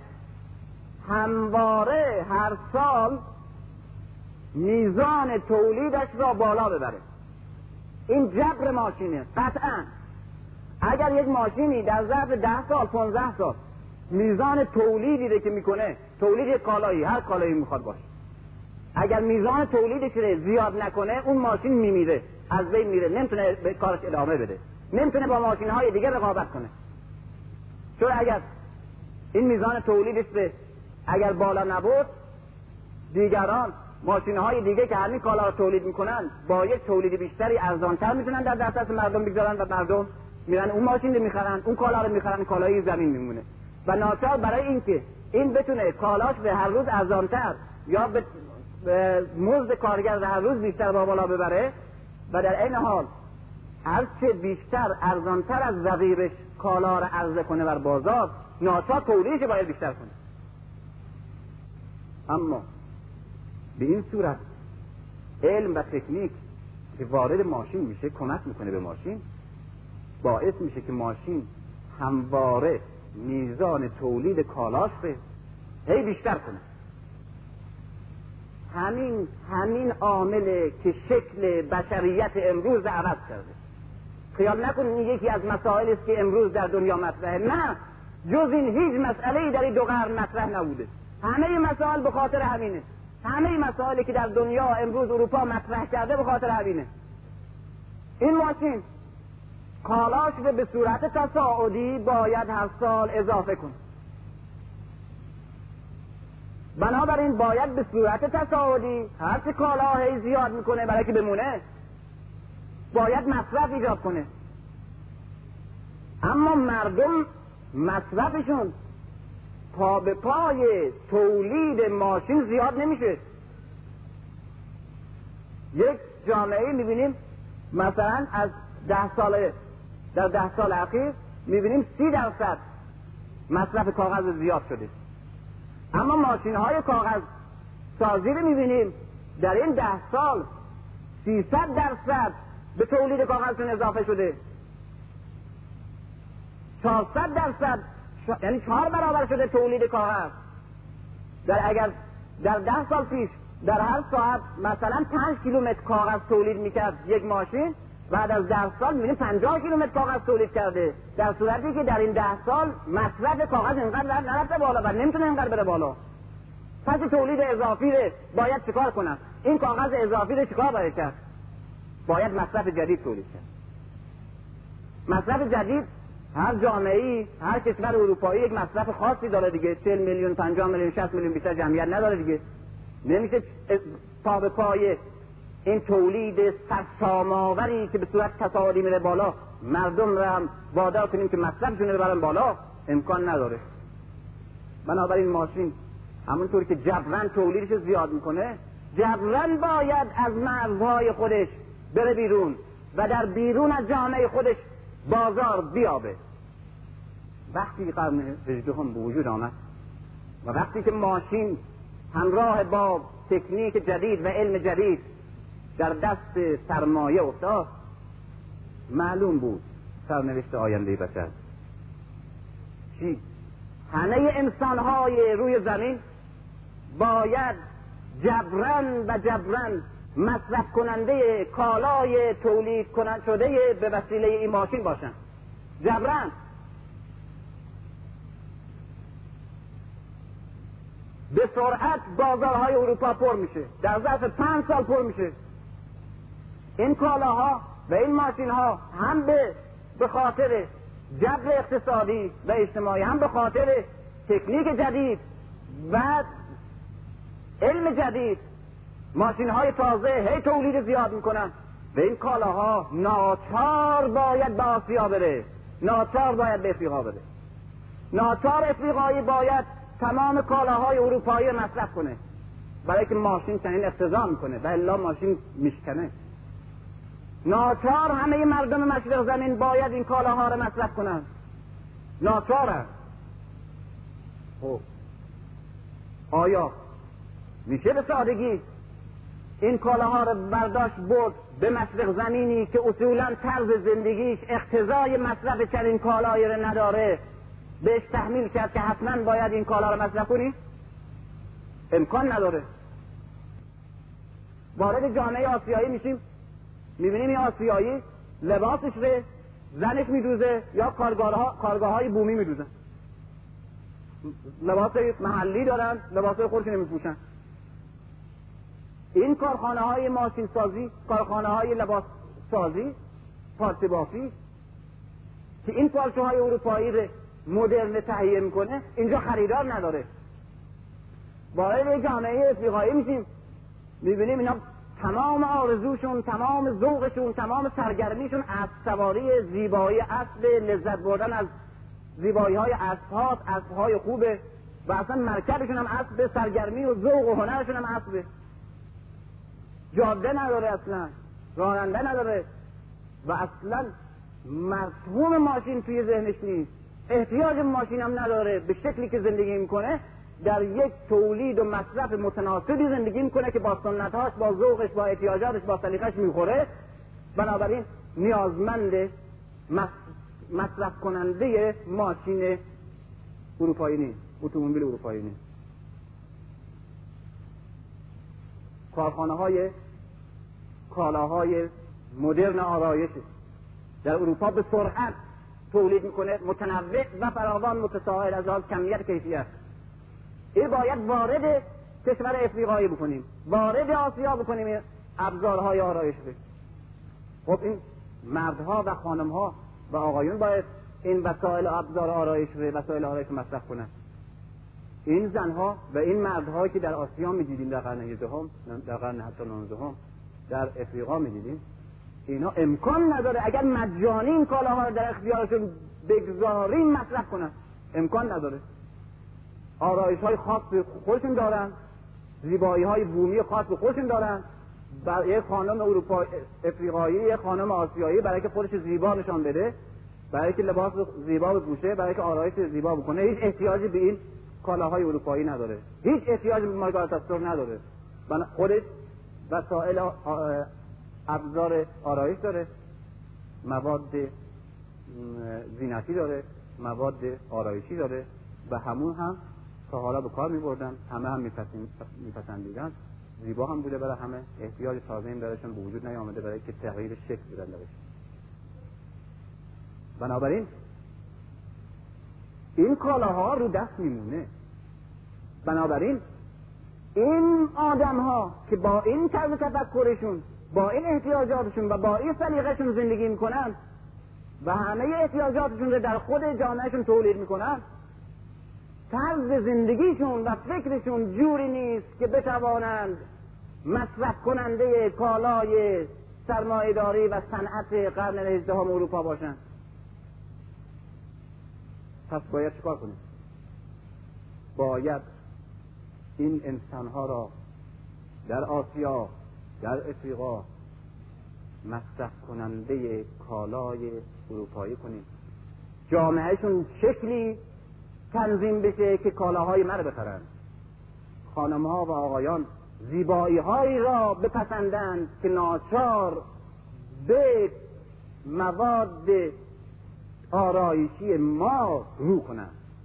همواره هر سال میزان تولیدش را بالا ببره. این جبر ماشینه. قطعا اگر یک ماشینی در ظرف ده سال پانزده سال میزان تولیدی رو که میکنه، تولید یک کالایی، هر کالایی میخواد باشه، اگر میزان تولیدش رو زیاد نکنه اون ماشین میمیره، از بین میره، نمیتونه به کارش ادامه بده، نمیتونه با ماشین های دیگه رقابت کنه. چون اگر این میزان تولیدش رو اگر بالا نبود، دیگران ماشین های دیگه که همین کالا رو تولید میکنن با یک تولید بیشتری ارزانتر میتونن در دسترس مردم بگذارن و مردم میرن اون ماشین رو میخرن، اون کالا رو میخرن، کالای زمین میمونه. و ناچار برای اینکه این بتونه کالاش به هر روز ارزانتر یا به مزد کارگر هر روز بیشتر با بالا ببره و در این حال هرچه بیشتر ارزانتر از رقیبش کالا رو عرضه کنه بر بازار، ناچار تولیدش باید بیشتر کنه. اما به این صورت علم و تکنیک که وارد ماشین میشه کمک میکنه به ماشین، باعث میشه که ماشین همواره میزان تولید کالاش رو هی بیشتر کنه. همین همین عامله که شکل بشریت امروز عوض کرده. خیال نکنید این یکی از مسائلی است که امروز در دنیا مطرحه. نه، جز این هیچ مسئله‌ای در این دو قرن مطرح نبوده. همه مسائل به خاطر همینه. همه مسائلی که در دنیا امروز اروپا مطرح کرده به خاطر همینه. این ماشین کالاش رو به صورت تصاعدی باید هر سال اضافه کنه. بنابراین باید به صورت تصاعدی هرچه کالا هی زیاد میکنه برای که بمونه باید مصرف ایجاد کنه. اما مردم مصرفشون پا به پای تولید ماشین زیاد نمیشه. یک جامعه میبینیم مثلا از ده سال در ده سال اخیر میبینیم سی درصد مصرف کاغذ زیاد شده، اما ماشین های کاغذ سازی رو میبینیم در این ده سال سیصد درصد به تولید کاغذشون اضافه شده، چهارصد درصد ش... یعنی چهار برابر شده تولید کاغذ. در اگر در ده سال پیش در هر ساعت مثلا پنج کیلومتر کاغذ تولید میکرد یک ماشین، بعد از ده سال میبینیم پنجاه کیلومتر کاغذ تولید کرده، در صورتی که در این ده سال مصرف کاغذ اینقدر نرفته بالا و نمیتونه اینقدر بره بالا. پس تولید اضافی رو باید چیکار کنن؟ این کاغذ اضافی رو چیکار باید کرد؟ باید مصرف جدید تولید کرد. مصرف جدید هر جامعه‌ای، هر کشور اروپایی یک مصرف خاصی داره دیگه. چهل میلیون، پنجاه میلیون، شصت میلیون بیشتر جمعیت نداره دیگه. نمیشه پا به پای این تولید سرسام‌آوری که به صورت تصاعدی میره بالا مردم رو هم وادار کنیم که مصرفشون رو ببرن بالا، امکان نداره. بنابراین ماشین همونطور که جبران تولیدش زیاد میکنه، جبران باید از مرزهای خودش بره بیرون و در بیرون از جامعه خودش بازار بیابه. وقتی قرن هجدهم به وجود آمد و وقتی که ماشین همراه با تکنیک جدید و علم جدید در دست سرمایه افتاد، معلوم بود سرنوشت آینده بشر چی؟ همه انسان‌های روی زمین باید جبران و جبران مصرف کننده کالای تولید کننده شده به وسیله این ماشین باشن. جبران. به سرعت بازارهای اروپا پر میشه، در ظرف پنج سال پر میشه. این کالاها و این ماشین ها هم به به خاطر جبر اقتصادی و اجتماعی، هم به خاطر تکنیک جدید و علم جدید، ماشین های تازه هی تولید زیاد میکنن و این کالاها ناچار باید به آسیا بره، ناچار باید به افریقا بره، ناچار افریقایی باید تمام کالاهای اروپایی مصرف کنه، برای که ماشین چنین اقتضا میکنه و الا ماشین میشکنه. ناچار همه مردم مشرق زمین باید این کالاها رو مصرف کنن، ناچاره. خب آیا میشه به سادگی این کالاها رو برداشت برد به مشرق زمینی که اصولا طرز زندگیش اقتضای مصرف چنین کالایی رو نداره، بهش تحمیل کرد که حتما باید این کالا رو مصرف کنی؟ امکان نداره. وارد جامعه آسیایی میشیم، میبینیم این آسیایی لباسش رو زنش میدوزه یا کارگاه کارگاه های بومی میدوزن، لباس محلی دارن، لباس خودشون نمیپوشن. این کارخانه های ماشین سازی، کارخانه های لباس سازی، پارچه بافی که این پارچه های اروپایی رو مدرن تهیه میکنه، اینجا خریدار نداره. وارد جامعه افریقایی میشیم، میبینیم اینا تمام آرزوشون، تمام ذوقشون، تمام سرگرمیشون اسب سواری، زیبایی اسب، لذت بردن از زیبایی های اسب هاست، اسب های خوبه و اصلا مرکبشون هم اسب، سرگرمی و ذوق و هنرشون هم اسبه. جاده نداره، اصلا راننده نداره و اصلا مفهوم ماشین توی ذهنش نیست، احتیاج ماشین هم نداره. به شکلی که زندگی میکنه در یک تولید و مصرف متناسبی زندگی میکنه که با سنتهاش، با ذوقش، با احتیاجاتش، با سلیقش میخوره. بنابراین نیازمند مصرف کننده ماشین اروپایی نیست، اتومبیل اروپایی نیست. کارخانه های کالاهای مدرن آرایش در اروپا به سرعت تولید میکنه، متنوع و فراوان، متساهل از لحاظ کمیت کیفیت. این باید وارد کشور افریقایی بکنیم، وارد آسیا بکنیم ابزارهای آرایش بشه. خب این مردها و خانمها و آقایون باید این وسایل ابزار آرایش و وسایل آرایش مصرف کنن. این زنها و این مردها که در آسیا می‌دیدیم در قرن هجدهم، در قرن حتی نوزدهم در افریقا می‌دیدیم، اینا امکان نداره اگر مجانی این کالاها رو در اختیارشون بگذاریم مصرف کنن، امکان نداره. آرایش‌های خاص خودشون دارن، زیبایی‌های بومی خاص خودشون دارن. برای یک خانم اروپا افریقایی، یک خانم آسیایی، برای که خودش زیبا نشان بده، برای که لباس زیبا بپوشه، برای که آرایش زیبا بکنه، هیچ احتیاجی به این کالاهای اروپایی نداره، هیچ احتیاجی به مارگارت استور نداره. خودش وسایل ابزار آرایش داره، مواد زینتی داره، مواد آرایشی داره و همون هم تا حالا به کار می‌بردن، همه هم میپسندیدن، زیبا هم بوده برای همه، احتیاج تازه این درشون به وجود نیامده برای که تغییر شکل بدن درش. بنابراین این کالاها رو دست میمونه. بنابراین این آدم ها که با این طرز تفکرشون، با این احتیاجاتشون و با این سلیقه‌شون زندگی میکنن و همه احتیاجاتشون رو در خود جامعهشون تولید میکنن، طرز زندگیشون و فکرشون جوری نیست که بتوانند مصرف کننده کالای سرمایه‌داری و صنعت قرن هجدهم اروپا باشن. پس باید چیکار کنیم؟ باید این انسانها را در آسیا، در افریقا مصرف کننده کالای اروپایی کنیم، جامعهشون شکلی تنظیم بشه که کالاهای من رو بخرن، خانمها و آقایان زیبایی هایی را بپسندند که ناچار به مواد آرایشی ما رو کنند.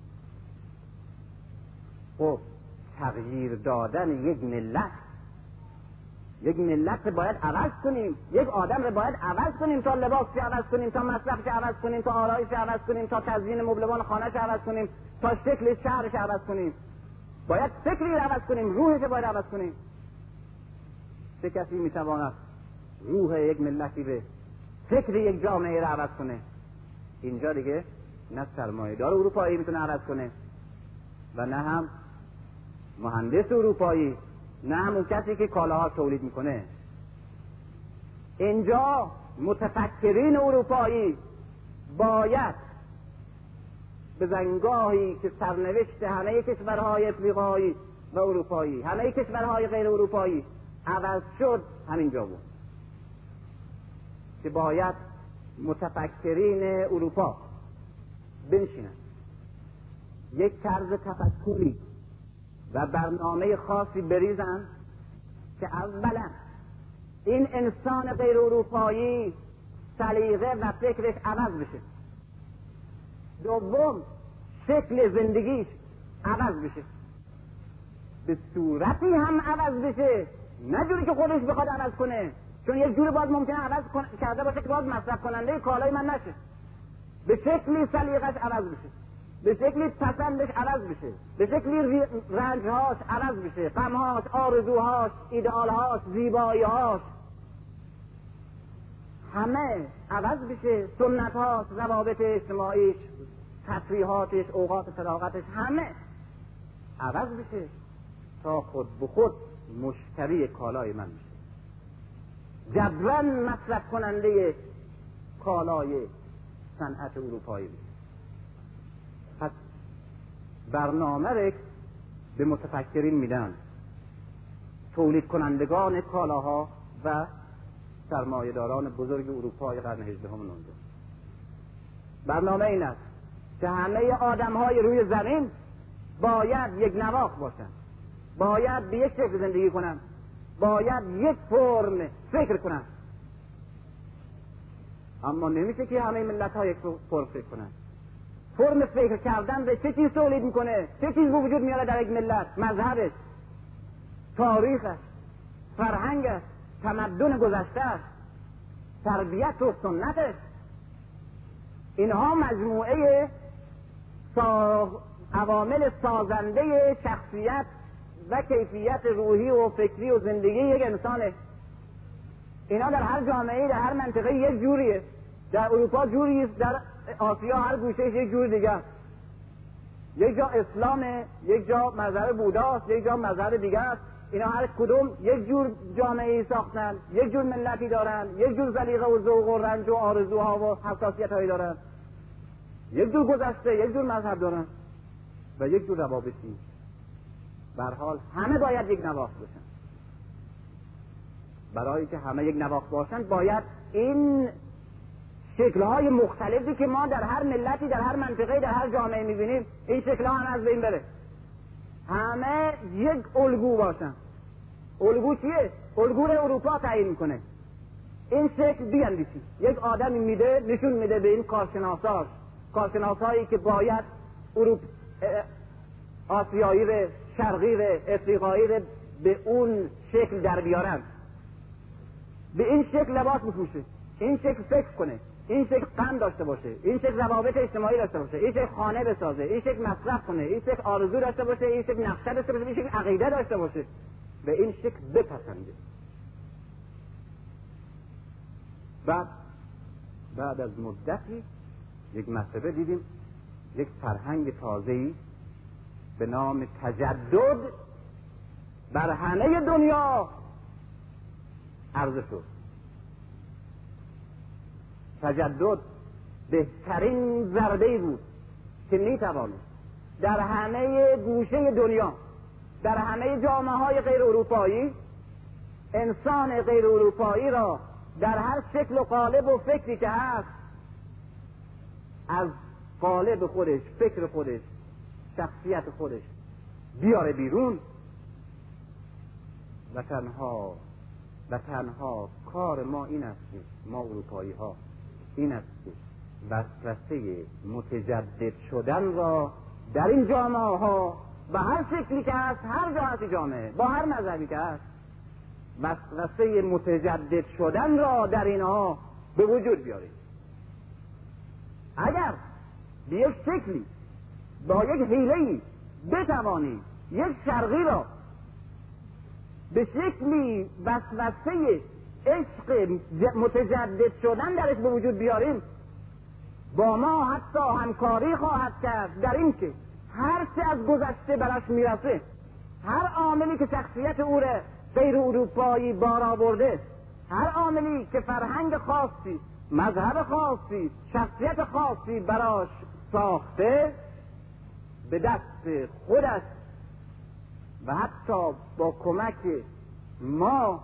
خب تغییر دادن یک ملت، یک ملت باید عوض کنیم، یک آدم رو باید عوض کنیم تا لباسش عوض کنیم، تا مصرفش عوض کنیم، تا آرایش عوض کنیم، تا تزیین مبلمان خانه‌اش عوض کنیم، تا شکل شهرش عوض کنیم. باید فکری رو عوض کنیم، روحش رو باید عوض کنیم. چه کسی میتواند روح یک ملتی به فکر یک جامعه رو عوض کنه؟ اینجا دیگه نه سرمایه‌دار اروپایی میتونه عوض کنه و نه هم مهندس اروپایی، نه هم اون کسی که کالاها تولید میکنه. اینجا متفکرین اروپایی باید به زنگاهی که سرنوشت همه کشورهای افریقایی و اروپایی، همه کشورهای غیر اروپایی عوض شد، همینجا بود که باید متفکرین اروپا بنشینن یک طرز تفکری و برنامه خاصی بریزن که اولا این انسان غیر اروپایی سلیقه و فکرش عوض بشه، دوم شکل زندگیش عوض بشه، به صورتی هم عوض بشه نه جوری که خودش بخواد عوض کنه، چون یک جوری باز ممکنه عوض کرده باشه که باز مصرف کننده کالای من نشه، به شکلی سلیقش عوض بشه، به شکلی پسندش عوض بشه، به شکلی رنجهاش عوض بشه، غمهاش، آرزوهاش، ایدئالهاش، زیباییهاش همه عوض بشه، سنتهاش، روابط اجتماعیش، تفریحاتش، اوقات فراغتش همه عوض بشه تا خود به خود مشتری کالای من بشه، جبراً مصرف کننده کالای صنعت اروپایی بشه. پس برنامه را به متفکرین میدن، تولید کنندگان کالاها و سرمایه‌داران بزرگ اروپای قرن هجدهم نوزدهم. برنامه این است که همه آدم‌های روی زمین باید یک نواخت باشن، باید به یک شکل زندگی کنن، باید یک فرم فکر کنن. اما نمیشه که همه ملت‌ها یک فرم فکر کنن. فرم فکر کردن به چه چیز تولید میکنه؟ چه چیز به وجود میاره در یک ملت؟ مذهبش، تاریخش، فرهنگش، تمدن گذشتهش، تربیت و سنتش. اینها مجموعه سا... عوامل سازنده شخصیت و کیفیت روحی و فکری و زندگی یک انسانه. اینا در هر جامعه، در هر منطقه یک جوریه. در اروپا جوریه، در آسیا هر گوشه یک جور دیگه. یک جا اسلامه، یک جا مذهب بوداست، یک جا مذهب دیگه است. اینا هر کدوم یک جور جامعه ساختن، یک جور ملتی دارن، یک جور سلیقه و ذوق و رنج و آرزوها و حساسیت‌هایی دارن، یک جور گذشته، یک جور مذهب دارن و یک جور روابطی. به هر حال همه باید یک نواخت باشن. برای که همه یک نواخت باشن باید این شکل‌های مختلفی که ما در هر ملتی، در هر منطقه، در هر جامعه می‌بینیم، این شکل‌ها هم از بین بره. همه یک الگو باشن. الگو چیه؟ الگو رو اروپا تعیین میکنه. این شکل بیاندیشی. یک آدمی میده، نشون میده به این کارشناساش، کارشناسایی که باید اروپ آسیایی رو، شرقی رو، افریقایی رو به اون شکل در بیارن. به این شکل لباس بپوشه، این شکل فکر کنه، این شکل غم داشته باشه، این شکل روابط اجتماعی داشته باشه، این شکل خانه بسازه، این شکل مصرف کنه، این شکل آرزو داشته باشه، این شکل نقشه داشته باشه، این شکل عقیده داشته باشه، به این شکل بپسنده. بعد بعد از مدتی یک مسئله دیدیم، یک فرهنگ تازه‌ای به نام تجدد بر همه دنیا عرضه شد. تجدد بهترین ضربه‌ای بود که میتوانست در همه گوشه دنیا، در همه جامعه‌های غیر اروپایی، انسان غیر اروپایی را در هر شکل و قالب و فکری که هست از قالب خودش، فکر خودش، شخصیت خودش بیاره بیرون و تنها و تنها کار ما این است که ما اروپایی ها این است که وسوسه متجدد شدن را در این جامعه ها به هر شکلی که هست، هر جا هستی جامعه، با هر مذهبی که هست، وسوسه متجدد شدن را در اینها به وجود بیاریم. اگر به یک شکلی با یک حیله‌ای بتوانیم یک شرقی را به شکلی وسوسه عشق متجدد شدن درش به وجود بیاریم، با ما حتی همکاری خواهد کرد در این که هر چه از گذشته برش میرسه، هر عاملی که شخصیت او را غیر اروپایی بار آورده، هر عاملی که فرهنگ خاصی، مذهب خاصی، شخصیت خاصی براش ساخته، به دست خودش و حتی با کمک ما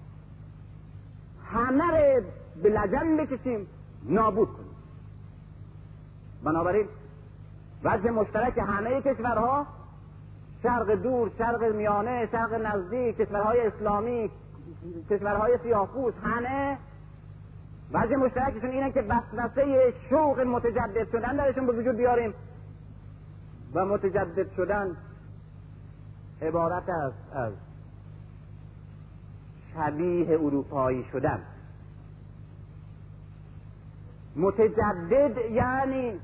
همه رو به لجن بکشیم، نابود کنیم. بنابراین وجه مشترک همه کشورها، شرق دور، شرق میانه، شرق نزدیک، کشورهای اسلامی، کشورهای سیاه‌پوست، همه وجه مشترکشون اینه که وسوسه شوق متجدد شدن درشون به وجود بیاریم. و متجدد شدن عبارت است از شبیه اروپایی شدن. متجدد یعنی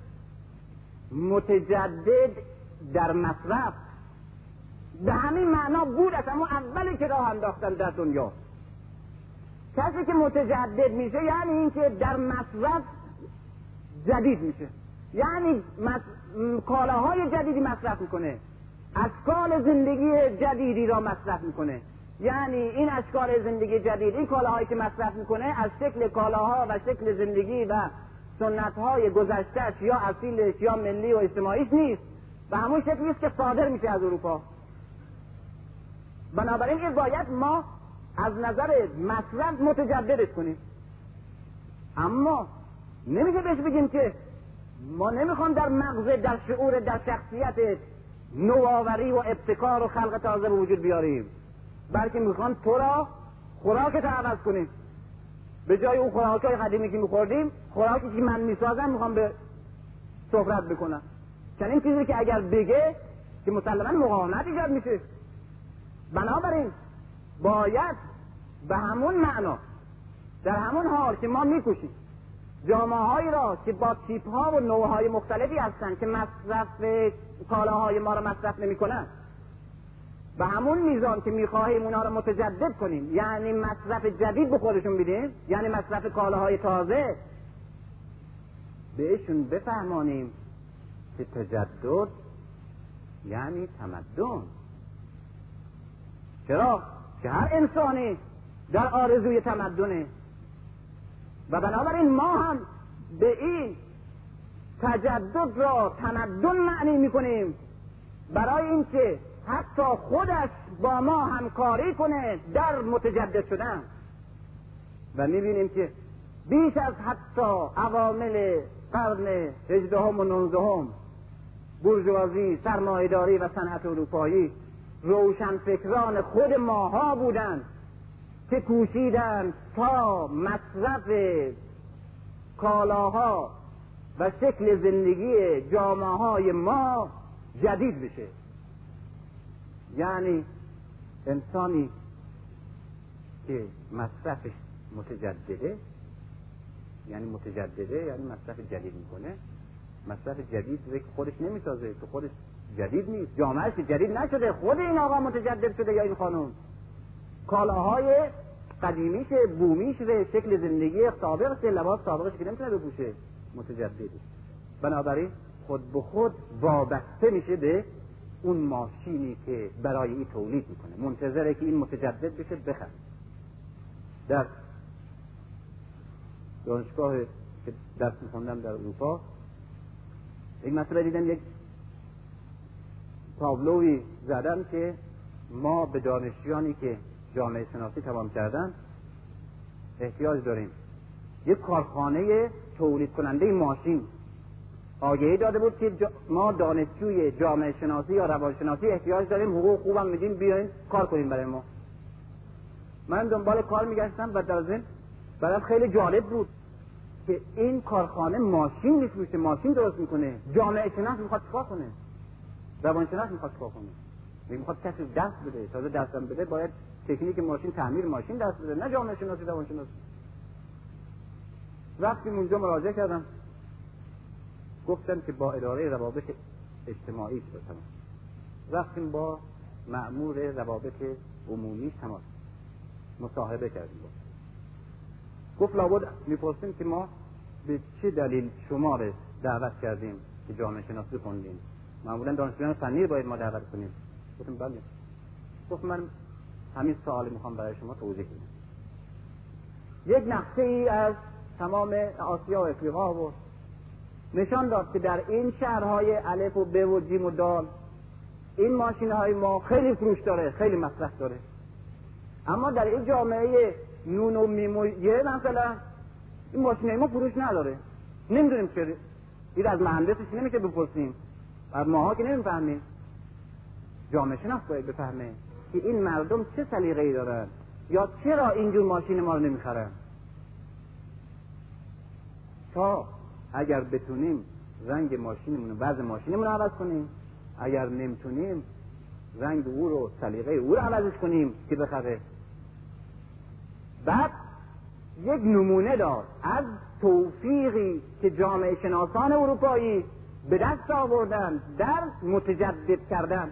متجدد در مصرف، به همین معنا بود از اما اولی که راه انداختن در دنیا. کسی که متجدد میشه یعنی این که در مصرف جدید میشه، یعنی مص... کالاهای جدیدی مصرف میکنه، اشکال زندگی جدیدی را مصرف میکنه. یعنی این اشکال زندگی جدید، این کالاهایی که مصرف میکنه از شکل کالاها و شکل زندگی و سنتهای گذشتهش یا اصیلش یا ملی و اجتماعیش نیست، و همون شکلی است که صادر میشه از اروپا. بنابراین این باید ما از نظر مصرف متجددش کنیم. اما نمیشه بهش بگیم که ما نمیخوام در مغز، در شعور، در شخصیت نوآوری و ابتکار و خلق تازه به وجود بیاریم، بلکه میخوام تو را خوراکت عوض کنیم. به جای اون خوراکای قدیمی که میخوردیم، خوراکی که من میسازم میخوام به سفرت بکنم. چنین چیزی که اگر بگه که مسلماً مقاومت ایجاد میشه. بنابراین باید به همون معنا، در همون حال که ما میکوشیم جامعه هایی را که با تیپ ها و نوع های مختلفی هستند که مصرف کالاهای ما را مصرف نمی کنند، به همون میزان که میخواهیم اونا را متجدد کنیم، یعنی مصرف جدید به خودشون بدیم، یعنی مصرف کالاهای تازه، بهشون بفهمانیم که تجدد یعنی تمدن. چرا؟ که هر انسانی در آرزوی تمدنه و بنابراین ما هم به این تجدد را تمدن معنی میکنیم، برای اینکه حتی خودش با ما همکاری کنه در متجدد شدن. و میبینیم که بیش از حتی عوامل قرن هجدهم و نوزدهم، بورژوازی، سرمایه‌داری و صنعت اروپایی، روشنفکران خود ماها بودند که کوشیدند تا مصرف کالاها و شکل زندگی جامعه های ما جدید بشه. یعنی انسانی که مصرفش متجدده، یعنی متجدده یعنی مصرف جدید میکنه. مصرف جدید که خودش نمیسازه، تو خودش جدید نیست، جامعهش جدید نشده، خود این آقا متجدد شده یا این خانم کالاهای قدیمیش، بومیش و شکل زندگی سابقش، لباس سابقش که نمیتونه بپوشه، متجدده. بنابراین خود به خود وابسته میشه به اون ماشینی که برای این تولید میکنه، منتظره که این متجدد بشه بخره. در دانشگاه که درس میخوندم در اروپا، یک مسئله دیدم، یک تابلوی زدن که ما به دانشجویانی که جامعه شناسی تمام کردن احتیاج داریم. یک کارخانه تولید کننده ماشین آگهی داده بود که ما دانشجوی جامعه شناسی یا روانشناسی احتیاج داریم، حقوق خوبم میدیم، بیاین کار کنیم برای ما. من دنبال کار میگشتم و در ضمن برام خیلی جالب بود که این کارخانه ماشین میفروشه، ماشین درست میکنه، جامعه شناس میخواد چیکار کنه؟ روانشناس میخواد کار کنه، میخواد کسی دست بده، تازه دستم بده باید تکنیک ماشین، تعمیر ماشین دست بده، نه جامعه شناسی روانشناسی. وقتی اونجا مراجعه کردم گفتن که با اداره روابط اجتماعی تماس، رفتیم با مأمور روابط عمومی تماس مصاحبه کردیم. گفت لابد میپرسیم که ما به چه دلیل شما رو دعوت کردیم که جامعه شناسی خوندیم؟ معمولا دانشجویان فنی باید ما دعوت کنیم. گفتم بله. گفت من همین سوال میخوام برای شما توضیح بدم. یک نقشه ای از تمام آسیا و افریقا و نشان داد که در این شهرهای الف و ب و جیم و دال این ماشین های ما خیلی فروش داره، خیلی مصرف داره، اما در این جامعه نون و میم و یه مثلا این ماشین های ما فروش نداره. نمیدونیم چرا. این از مهندسش نمیشه بپرسیم و ماها که نمیفهمیم. جامعه شناس باید بفهمه که این مردم چه سلیقه‌ای دارن یا چرا اینجور ماشین ما رو نمیخرن، تا اگر بتونیم رنگ ماشینمون، وضع ماشینمون رو عوض کنیم، اگر نمیتونیم رنگ او رو، سلیقه او رو عوضش کنیم که بخره. بعد یک نمونه داد از توفیقی که جامعه شناسان اروپایی به دست آوردن در متجدد کردن.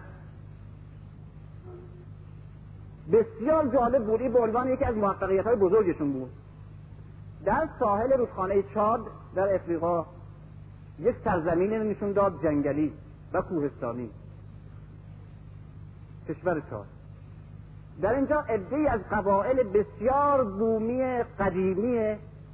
بسیار جالب بود. این به عنوان یکی از موفقیت‌های بزرگشون بود. در ساحل رودخانه چاد در افریقا یک سرزمین نشون داد جنگلی و کوهستانی، کشور چاد. در اینجا عده‌ای از قبایل بسیار بومی قدیمی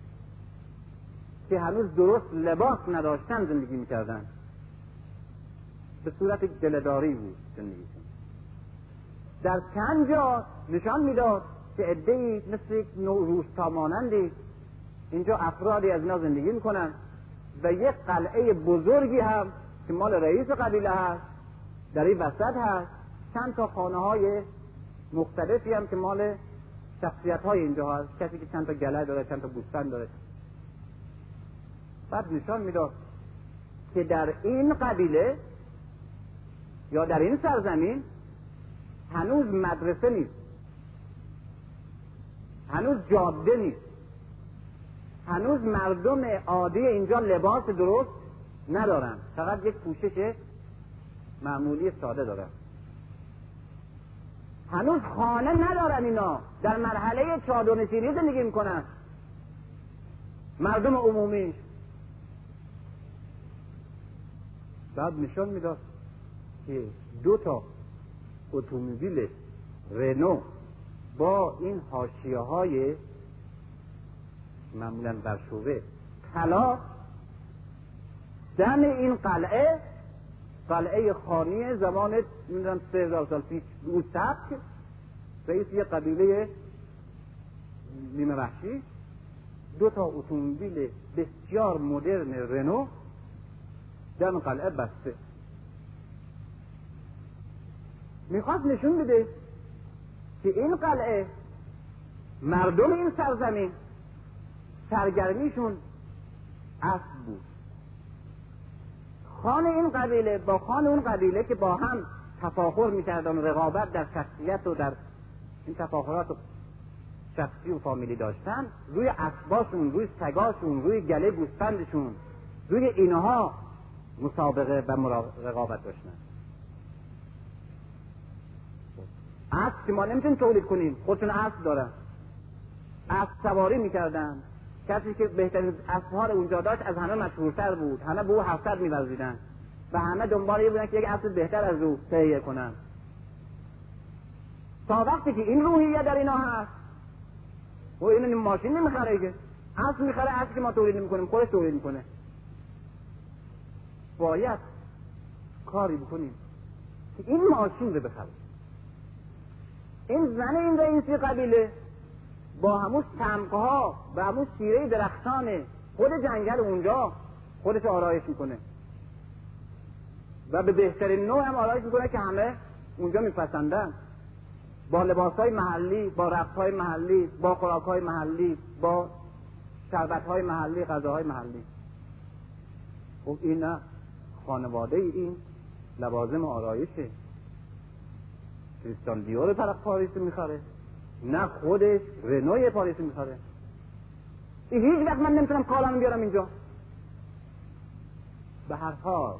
که هنوز درست لباس نداشتن زندگی میکردن، به صورت گله‌داری بود زندگیشون. در چند جا نشان میداد که عده‌ای مثل یک نوع روستا مانندی اینجا افرادی از اینا زندگی میکنن و یک قلعه بزرگی هم که مال رئیس قبیله هست در این وسط هست، چند تا خانه های مختلفی هم که مال شخصیت های اینجا هست، کسی که چند تا گله داره، چند تا بوستان داره. بعد نشان میداد که در این قبیله یا در این سرزمین هنوز مدرسه نیست، هنوز جاده نیست، هنوز مردم عادی اینجا لباس درست ندارن، فقط یک پوشش معمولی ساده دارن. هنوز خانه ندارن، اینا در مرحله چادرنشینی زندگی میکنن مردم عمومی. بعد نشان میداد که دو تا اتومبیل رنو با این حاشیه های معمولا برشوه طلا دم این قلعه، قلعه خانی زمان نمیدونم سه هزار سال پیش بود، سبک رئیس یه قبیله نیمه وحشی، دو تا اتومبیل بسیار مدرن رنو دم قلعه بسته. میخواست نشون بده که این قلعه مردم این سرزمین سرگرمیشون اسب بود. خان این قبیله با خان اون قبیله که با هم تفاخر میکردن، رقابت در شخصیت و در این تفاخرات و شخصی و فامیلی داشتن، روی اسباشون، روی سگاشون، روی گله گوسفندشون، روی اینها مسابقه و رقابت داشتن. اسب که ما نمیتونیم تولید کنیم، خودشون اسب دارن، اسب سواری میکردن. کسی که بهترین اسب‌ها رو اونجا داشت از همه مشهورتر بود، همه به او هفصد می‌ورزیدن و همه دنبال این بودن که یک اسب بهتر از او تهیه کنن. تا وقتی که این روحیه در اینا هست و این ماشین نمیخره، که اسب میخره، اسب که ما تولید نمی‌کنیم خودش تولید میکنه. باید کاری بکنیم که این ماشین رو بخره. این زن این رئیسی قبیله با همون سمقها و همون سیره درختان خود جنگل اونجا خودش آرایش میکنه و به بهترین نوع هم آرایش میکنه که همه اونجا میپسندن، با لباسهای محلی، با رقصهای محلی، با خوراکهای محلی، با شربتهای محلی، غذاهای محلی. خب این نه، خانواده این لوازم آرایشه، کریستیان دیور طرف پاریس میخره، نه خودش رنوی پاریس میخره. این هیچ وقت من نمیتونم کالامو بیارم اینجا. به هر حال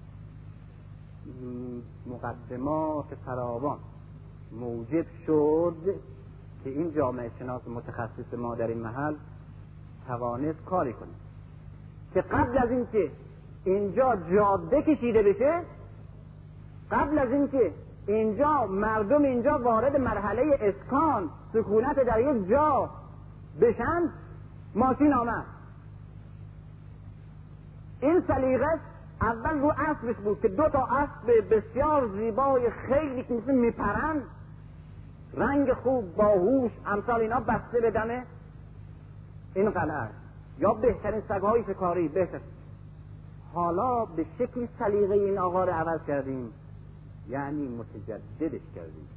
مقدمات فراوان موجب شد که این جامعه شناس متخصص ما در این محل توانست کاری کنه که قبل از اینکه اینجا جاده کشیده بشه، قبل از اینکه اینجا مردم اینجا وارد مرحله اسکان سکونت در یک جا بشن، ماشین آمد. این سلیقه اول رو اسبش بود که دو تا اسب بسیار زیبای خیلی که مثل میپرند، رنگ خوب، باهوش، امثال اینا بسته به دم این قلعه، یا بهترین سگهای شکاری بهتر. حالا به شکلی سلیقه این آقا رو عوض کردیم، یعنی متجددش کردیم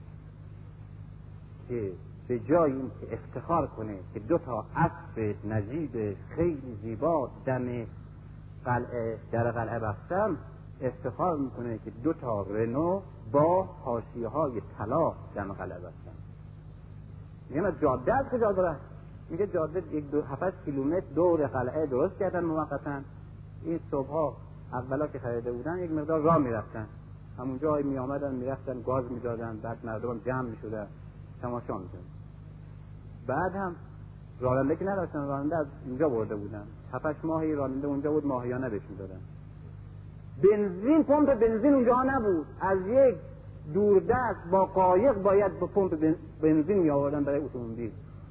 که به جای این که افتخار کنه که دو تا اسب نجیب خیلی زیبا دم قلعه در قلعه بستم، افتخار میکنه که دو تا رنو با حاشیه های طلا دم قلعه بستم. میگم جاده از کجا داره؟ میگه جاده یک دو هفت کیلومتر دور قلعه درست کردن موقتا. این صبح ها اولا که خریده بودن یک مقدار راه میرفتن، همونجا می آمدن میرفتن گاز میدادن، بعد مردم جمع میشدن تماشا میکردن. بعد هم راننده که نداشتن، راننده از اینجا برده بودن، هفتش ماهی راننده اونجا بود، ماهیانه بهش میدادن. بنزین، پمپ بنزین اونجا نبود، از یک دوردست با قایق باید با پمپ بنزین می آوردن برای اتومبیل.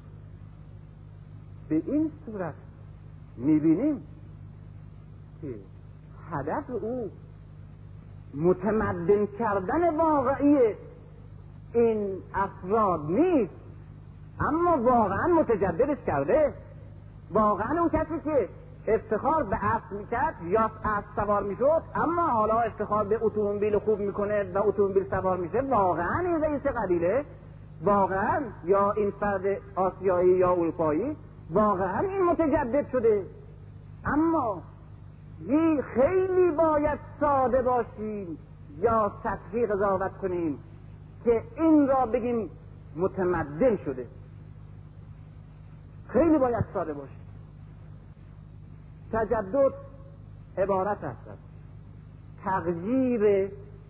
به این صورت میبینیم که هدف او متمدن کردن واقعی این افراد نیست، اما واقعا متجددش کرده. واقعا اون کسی که افتخار به اسب میکرد یا اسب سوار میشد، اما حالا افتخار به اتومبیل خوب میکنه و اتومبیل سوار میشه، واقعا این رئیس قبیله، واقعا یا این فرد آسیایی یا اروپایی، واقعا این متجدد شده. اما خیلی باید ساده باشیم یا سطحی قضاوت کنیم که این را بگیم متمدن شده. خیلی باید ساده باشیم. تجدد عبارت است از تغییر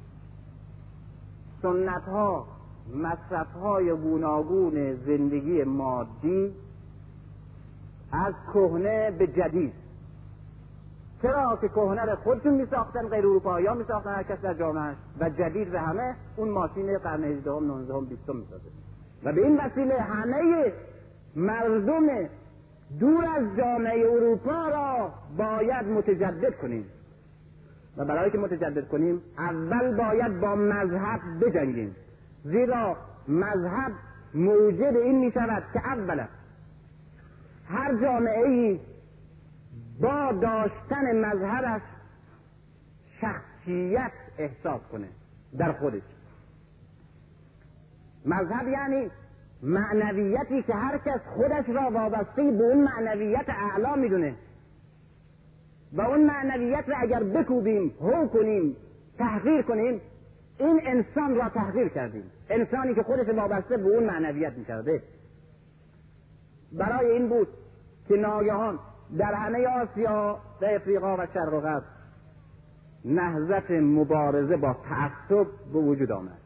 سنت ها، مصرف های گوناگون زندگی مادی از کهنه به جدید. چرا که کهنه را خودشون می ساختن، غیر اروپایی ها می ساختن، هر کس در جامعهش، و جدید را همه اون ماشین قرن هجدهم، نوزدهم، بیستم می سازه. و به این وسیله همه مردم دور از جامعه اروپا را باید متجدد کنیم. و برای که متجدد کنیم اول باید با مذهب بجنگیم، زیرا مذهب موجب این می شود که اولا هر جامعه‌ای با داشتن مذهبش شخصیت احساس کنه در خودش. مذهب یعنی معنویتی که هر کس خودش را وابسته به اون معنویت اعلا میدونه و اون معنویت را اگر بکوبیم، هو کنیم، تحقیر کنیم، این انسان را تحقیر کردیم. انسانی که خودش وابسته به اون معنویت میکرده. برای این بود که ناگهان در همه آسیا و افریقا و شرق و غرب نهضت مبارزه با تعصب به وجود آمد،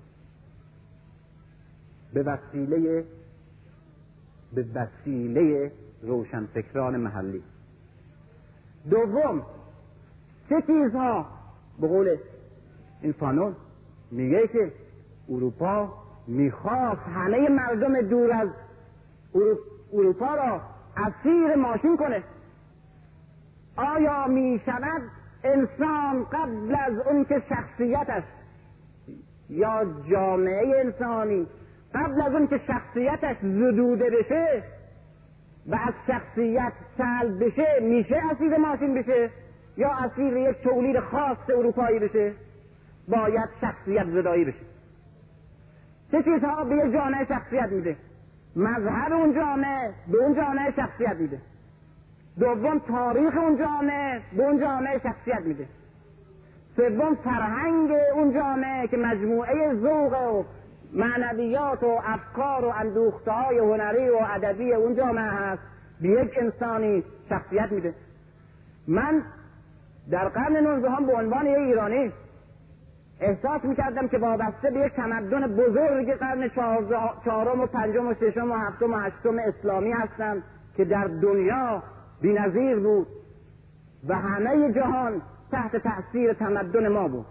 به وسیله به وسیله روشنفکران محلی. دوم، چه چیزها؟ به قول این فانون میگه که اروپا میخواست همه مردم دور از اروپا را اسیر ماشین کنه. آیا میشود انسان قبل از اون که شخصیتش یا جامعه انسانی قبل از اون که شخصیتش زدوده بشه و از شخصیت سلب بشه، میشه اسیر ماشین بشه یا اسیر یک تولید خاص اروپایی بشه؟ باید شخصیت زدایی بشه. چه چیزها به یک جامعه شخصیت میده؟ مذهب اون جامعه به اون جامعه شخصیت میده. دوم، تاریخ اون جامعه به اون جامعه شخصیت میده. سوم فرهنگ اون جامعه که مجموعه ذوق و معنویات و افکار و اندوخته‌های هنری و ادبی اون جامعه هست به یک انسانی شخصیت میده. من در قرن نوزدهم به عنوان یک ایرانی احساس میکردم که وابسته به یک تمدن بزرگ قرن چهارم و پنجم و ششم و هفتم و هشتم اسلامی هستم که در دنیا بی‌نظیر بود و همه جهان تحت تأثیر تمدن ما بود.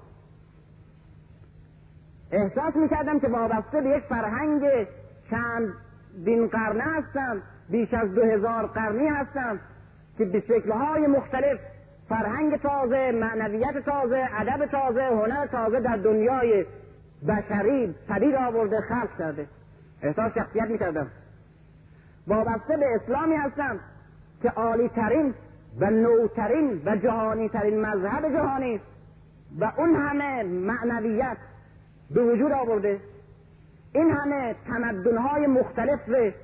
احساس میکردم که وابسته به یک فرهنگ چند دین قرنه هستم، بیش از دو هزار قرنی هستم که به شکل‌های مختلف فرهنگ تازه، معنویت تازه، ادب تازه، هنر تازه در دنیای بشری پدید آورده، خلق کرده. احساس شخصیت میکردم. وابسته به اسلامی هستم که عالی ترین و نوترین و جهانی ترین مذهب جهانی است و اون همه معنویت به وجود آورده، این همه تمدن‌های مختلف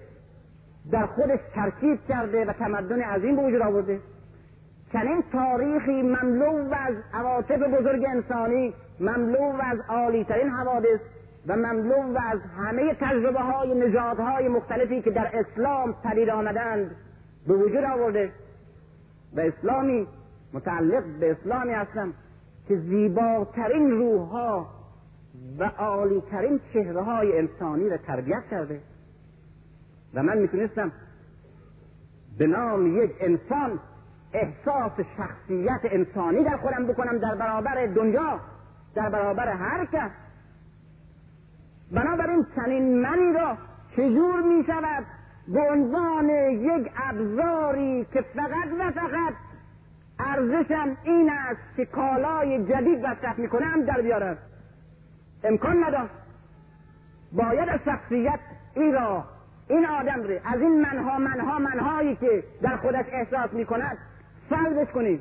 در خودش ترکیب کرده و تمدن عظیم به وجود آورده. چنین تاریخی مملو از عواطف بزرگ انسانی، مملو از عالی‌ترین حوادث و مملو از همه تجربه‌های نژادهای مختلفی که در اسلام پدید آمدند به وجود آورده و اسلامی متعلق به اسلامی هستم که زیباترین روح‌ها و عالی‌ترین چهره‌های انسانی را تربیت کرده و من میتونستم به نام یک انسان احساس شخصیت انسانی در خودم بکنم در برابر دنیا، در برابر هر کس. بنابراین چنین منی را چجور می شود به عنوان یک ابزاری که فقط و فقط ارزشم این است که کالای جدید مصرف می کنم در بیارم؟ امکان نداشت. باید از شخصیت این را، این آدم را از این منها منها منهایی که در خودش احساس می کند سلبش کنید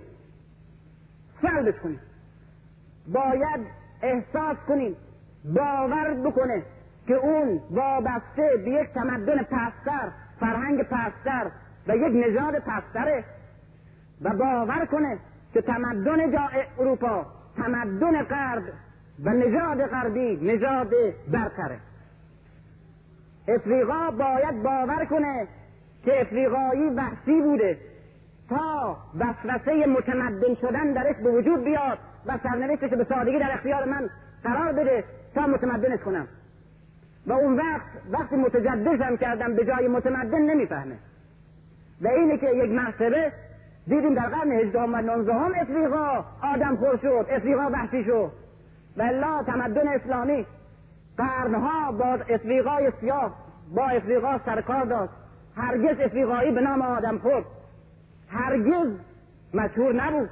سلبش کنید باید احساس کنید، باور بکنه که اون وابسته به یک تمدن پستر، فرهنگ پستر و یک نژاد پستره و باور کنه که تمدن جا اروپا، تمدن غرب و نژاد غربی نژاد برتره. افریقا باید باور کنه که افریقایی وحشی بوده تا وسوسه متمدن شدن درش به وجود بیاد و سرنوشتش به سادگی در اختیار من قرار بده تا متمدنش کنم و اون وقت وقتی متجددشم کردم به جای متمدن نمیفهمه. و اینه که یک مرتبه دیدیم در قرن هجدهم و نوزدهم افریقا آدم خور شد، افریقا وحشی شد. والله تمدن اسلامی قرنها با افریقای سیاه، با افریقا سرکار داشت. هرگز افریقایی به نام آدم خور هرگز مشهور نبود.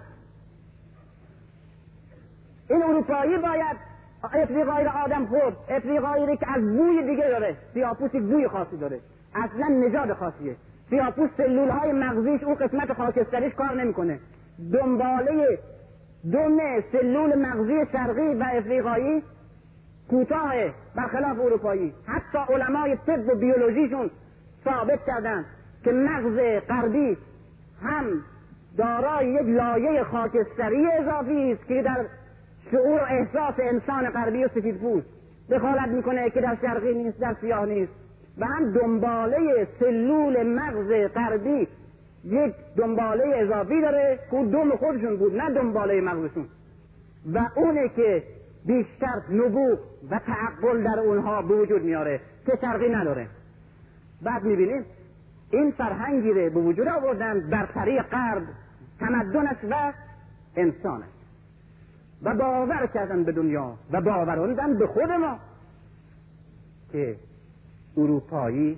این اروپایی باید افریقایی را آدم خورد، افریقایی را که از بوی دیگه داره، سیاه‌پوست بوی خاصی داره، اصلا نژاد خاصیه. سیاه‌پوست سلولهای مغزیش اون قسمت خاکستریش کار نمیکنه، دنباله دم سلول مغزی شرقی و افریقایی کوتاه برخلاف اروپایی. حتی علمای طب و بیولوژیشون ثابت کردن که مغز غربی هم دارای یک لایه خاکستری اضافی است که در شعور و احساس انسان غربی و سفیدپوست دخالت میکنه که در شرقی نیست، در سیاه نیست. و هم دنباله سلول مغز غربی یک دنباله اضافی داره که دم خودشون بود، نه دنباله مغزشون، و اونه که بیشتر نبوغ و تعقل در اونها به وجود میاره که شرقی نداره. بعد میبینیم این فرهنگی رو به وجود آوردن بر طریق غرب، تمدنش و انسانش، و باور کردن به دنیا و باوروندن به خود ما که اروپایی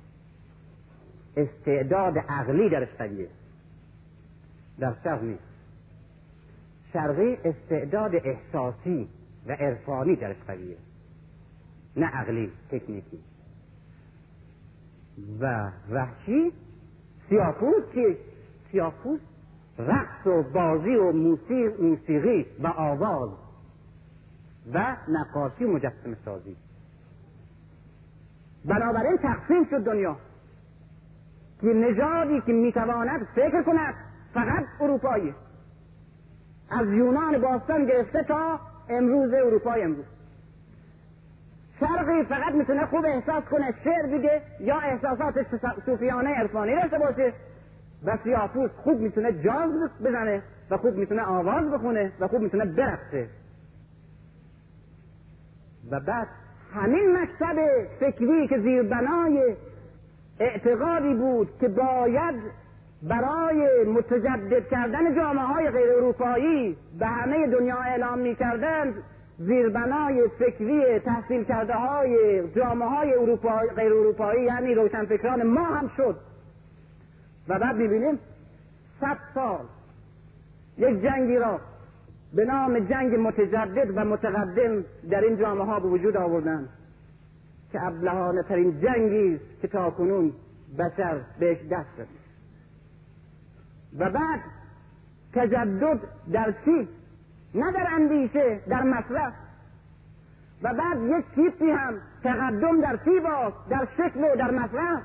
استعداد عقلی درش قویه، در شرق نیست. شرقی استعداد احساسی و عرفانی درش قویه، نه عقلی تکنیکی. و وحشی سیاه‌پوست که سیاه‌پوست رقص و بازی و موسیقی, موسیقی و آواز و نقاشی و مجسمه سازی. بنابراین تقسیم شد دنیا که نژادی که میتواند فکر کند فقط اروپایی، از یونان باستان گرفته تا امروز اروپای امروز. شرقی فقط میتونه خوب احساس کنه، شعر بگه یا احساسات صوفیانه عرفانی داشته باشه، و سیاه‌پوست خوب میتونه جاز بزنه و خوب میتونه آواز بخونه و خوب میتونه برقصه. و بعد همین مکتب فکری که زیربنای اعتقادی بود که باید برای متجدد کردن جامعه های غیر اروپایی به همه دنیا اعلام می کردند، زیربنای فکری تحصیل کرده های جامعه های اروپایی غیر اروپایی یعنی روشنفکران ما هم شد. و بعد می بینیم صد سال یک جنگی را به نام جنگ متجدد و متقدم در این جامعه ها به وجود آوردند که ابلهانه ترین جنگی است که تاکنون بشر بهش دست زد. و بعد تجدد در چی؟ نه در اندیشه، در مصرف. و بعد یک چیزی هم تقدم در چی باز؟ در شکل و در مصرف.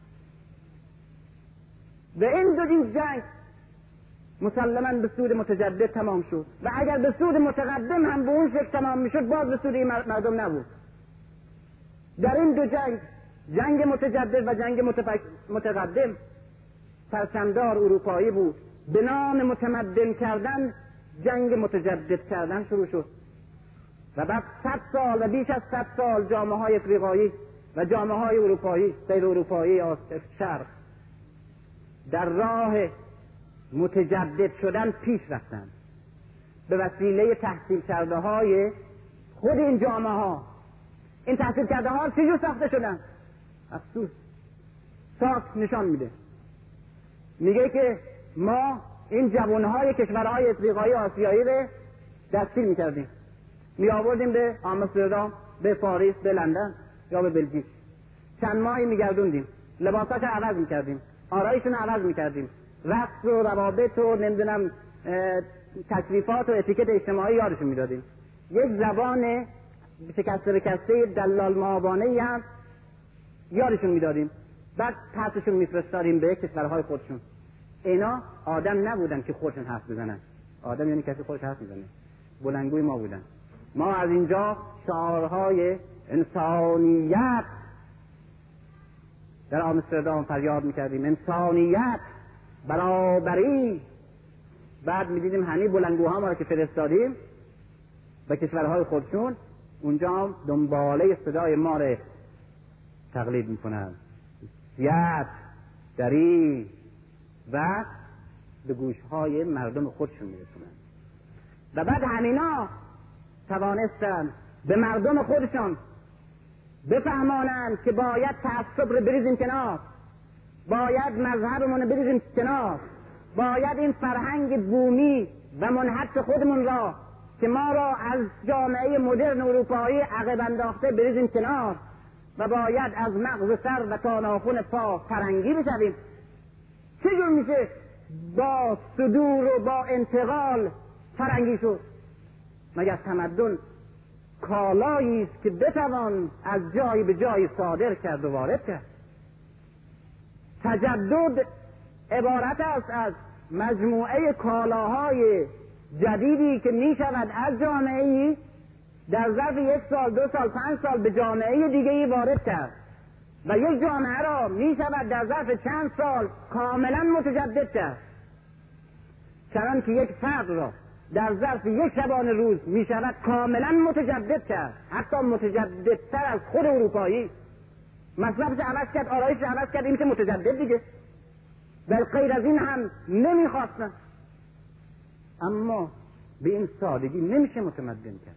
و این دو این جنگ مسلماً به سود متجدد تمام شد، و اگر به سود متقدم هم به اون شکل تمام میشد باز به سود این مردم نبود. در این دو جنگ، جنگ متجدد و جنگ متفق... متقدم، پرچمدار اروپایی بود. به نام متمدن کردن جنگ متجدد کردن شروع شد و بعد صد سال و بیش از صد سال جامعه های افریقایی و جامعه های اروپایی غیر اروپایی شرق در راه متجدد شدن پیش رفتند به وسیله تحصیل کرده های خود این جامعه ها. این تحصیل کرده ها چجور ساخته شدن؟ افسوس ساخت نشان میده، میگه که ما این جوانهای کشورهای افریقایی آسیایی رو دستگیر میکردیم، می آوردیم به آمستردام، به پاریس، به لندن یا به بلژیک، چند ماهی میگردوندیم، لباساش رو عوض میکردیم، آرایشون رو عوض میکردیم، رقص و روابط و نمیدونم تشریفات و اتیکت اجتماعی یادشون میدادیم. یک زبان شکسته بکسته دلال ماهابانه‌ای هم یادشون میدادیم، بعد پسشون میفرستادیم به کشورهای خودشون. اینا آدم نبودن که خودشون حرف بزنن، آدم یعنی کسی خودش حرف میزنه، بلندگوی ما بودن. ما از اینجا شعارهای انسانیت در آمستردام فریاد میکردیم، انسانیت، برابری. بعد میدیدیم همین بلندگوها ما رو که فرستادیم به کشورهای خودشون، اونجا هم دنباله صدای ما رو تقلید میکنن، سیاست دری و به گوشهای مردم خودشون میرسونن. و بعد همینا توانستن به مردم خودشون بفهمانند که باید تعصب رو بریزیم کنار، باید مذهبمون رو بریزیم کنار، باید این فرهنگ بومی و منحط خودمون را که ما را از جامعه مدرن اروپایی عقب انداخته بریزیم کنار و باید از مغز سر و تا ناخن پا فرنگی بشویم. چجور میشه با صدور و با انتقال فرنگی شد؟ مگر تمدن کالایی است که بتوان از جای به جای صادر کرد و وارد کرد؟ تجدد عبارت است از مجموعه کالاهای جدیدی که می شود از جامعه‌ای در ظرف یک سال، دو سال، پنج سال به جامعه دیگه‌ای وارد کرد و یک جامعه را می شود در ظرف چند سال کاملا متجدد کرد. چنان که یک فرد را در ظرف یک شبانه روز می شود کاملا متجدد کرد، حتی متجددتر از خود اروپایی. مصرفش عوض کرد، آرایش عوض کرد، این که متجدد دیگه. بل غیر از این هم نمیخواستن. اما به این سادگی نمیشه متمدن کرد.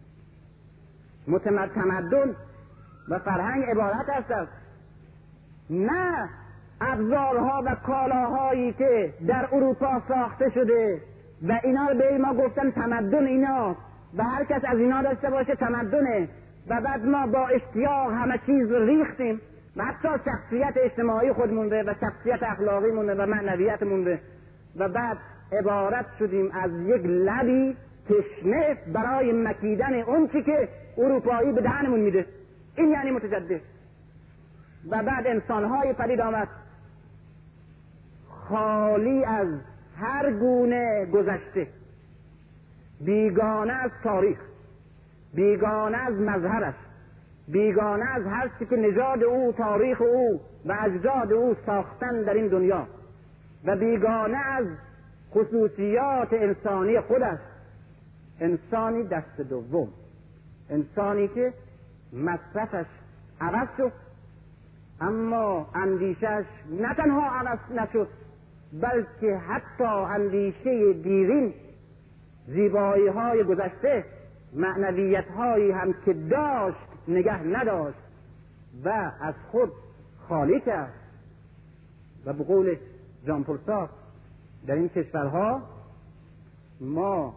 متمدن و فرهنگ عبارت است از نه ابزارها و کالاهایی که در اروپا ساخته شده و اینا رو به ما گفتن تمدن اینا و هر کس از اینا داشته باشه تمدنه و بعد ما با اشتیاق همه چیز رو ریختیم و حتی شخصیت اجتماعی خود مونده و شخصیت اخلاقی مونده و معنویت مونده و بعد عبارت شدیم از یک لبی تشنه برای مکیدن اون چی که اروپایی به دهنمون میده. این یعنی متجدد. و بعد انسانهای پدید آمد خالی از هر گونه گذشته، بیگانه از تاریخ، بیگانه از مظهرش، بیگانه از هر چی که نژاد او، تاریخ او و اجداد او ساختن در این دنیا و بیگانه از خصوصیات انسانی خودش، انسانی دست دوم، انسانی که مصرفش عوض شد اما اندیشش نه تنها عوض نشد بلکه حتی اندیشه دیرین، زیبایی های گذشته، معنویت هایی هم که داشت نگه نداشت و از خود خالی کرد. و به قول ژان پل سارتر در این کشورها ما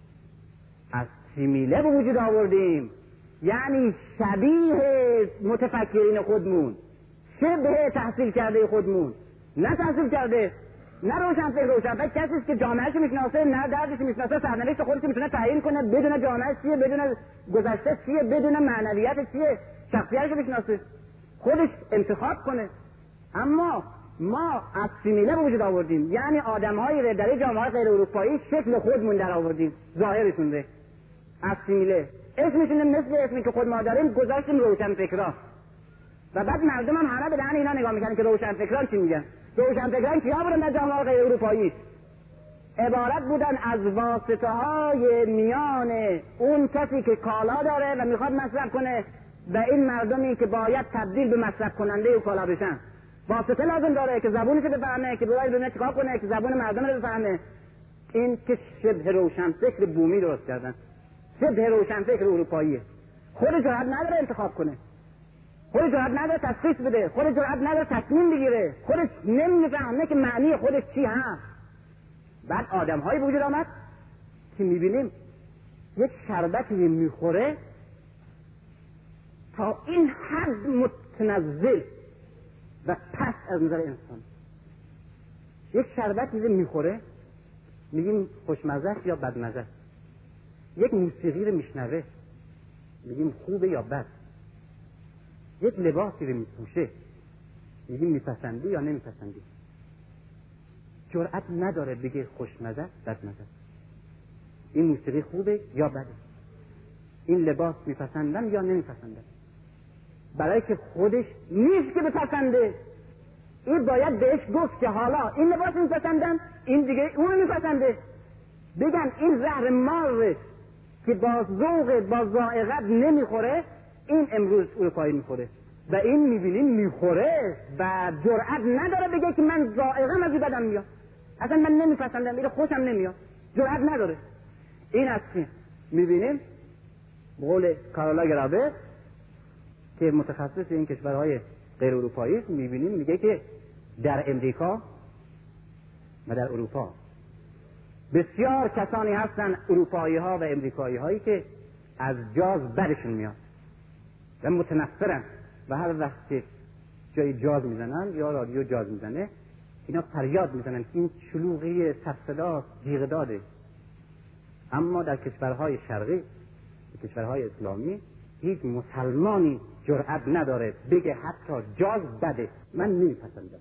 از سیمیله به وجود آوردیم، یعنی شبیه متفکرین خودمون، شبه تحصیل کرده خودمون، نه تحصیل کرده، نه روشنفکر. روشنفکر کسی است که جامعهش میشناسه، نه دردش میشناسه، سرنوشت خودش میتونه تعیین کنه بدون جامعهش چیه، بدون گذشته چیه، بدون معنویت چیه، شخصیتش میشناسه، خودش انتخاب کنه. اما ما از سیمیله به وجود آوردیم، یعنی آدم‌هایی رو در جامعه غیر اروپایی شکل خودمون در آوردیم، ظاهرشون رو از سیمیله اسمشون مثل اسمی که خود ما داریم گذاشتیم روشنفکرا. و بعد مردم هم همه به دهن اینا نگاه میکنن که روشنفکران چی میگن. روشنفکران کیا بودن در جامعه غیر اروپایی؟ عبارت بودن از واسطه های میان اون کسی که کالا داره و میخواد مصرف کنه و این مردمی که باید تبدیل به مصرف کننده و کالا بشن. واسطه لازم داره که زبونش بفهمه، که باید بدونه چیکار کنه، که زبون مردم رو بفهمه. این که شبه روشنفکر بومی درست کردن، شبه روشنفکر اروپاییه. خود جرأت نداره انتخاب کنه، خود جرأت نداره تشخیص بده، خود جرأت نداره تصمیم بگیره، خودش نمیفهمه که معنی خودش چی هست. بعد آدم هایی وجود آمد که میبینیم یک شربتی میخوره تا این حد متنزل و پس از نظر انسان. یک شربتی میخوره میگیم خوشمزه یا بدمزه، یک موسیقی رو میشنوه میگیم خوبه یا بد، یک لباسی رو میپوشه میگیم میپسندی یا نمیپسندی. جرأت نداره بگه خوشمزه بدمزه، این موسیقی خوبه یا بده، این لباس میپسندم یا نمیپسندم، برای که خودش نیست که بپسنده. این باید بهش گفت که حالا این لباس میپسندم، این دیگه اون میپسنده. بگن این زهر مار که با ذوق با ذائقه نمیخوره، این امروز اروپایی میخوره و این میبینیم میخوره و جرأت نداره بگه که من ذائقه‌ام از این بدم میاد، اصلا من نمیپسندم، این خوشم نمیاد، جرأت نداره. این از چی میبینیم؟ قول کارولا گرابه که متخصص این کشورهای غیر اروپایی است، میبینیم میگه که در امریکا و در اروپا بسیار کسانی هستن، اروپایی ها و امریکایی هایی که از جاز بدشون میاد و متنفرن و هر وقت که جای جاز میزنن یا رادیو جاز میزنه اینا فریاد میزنن که این شلوغی سرصدا جیغ داده. اما در کشورهای شرقی، در کشورهای اسلامی، هیچ مسلمانی جرأت نداره بگه حتی جاز بده، من نمیپسندم.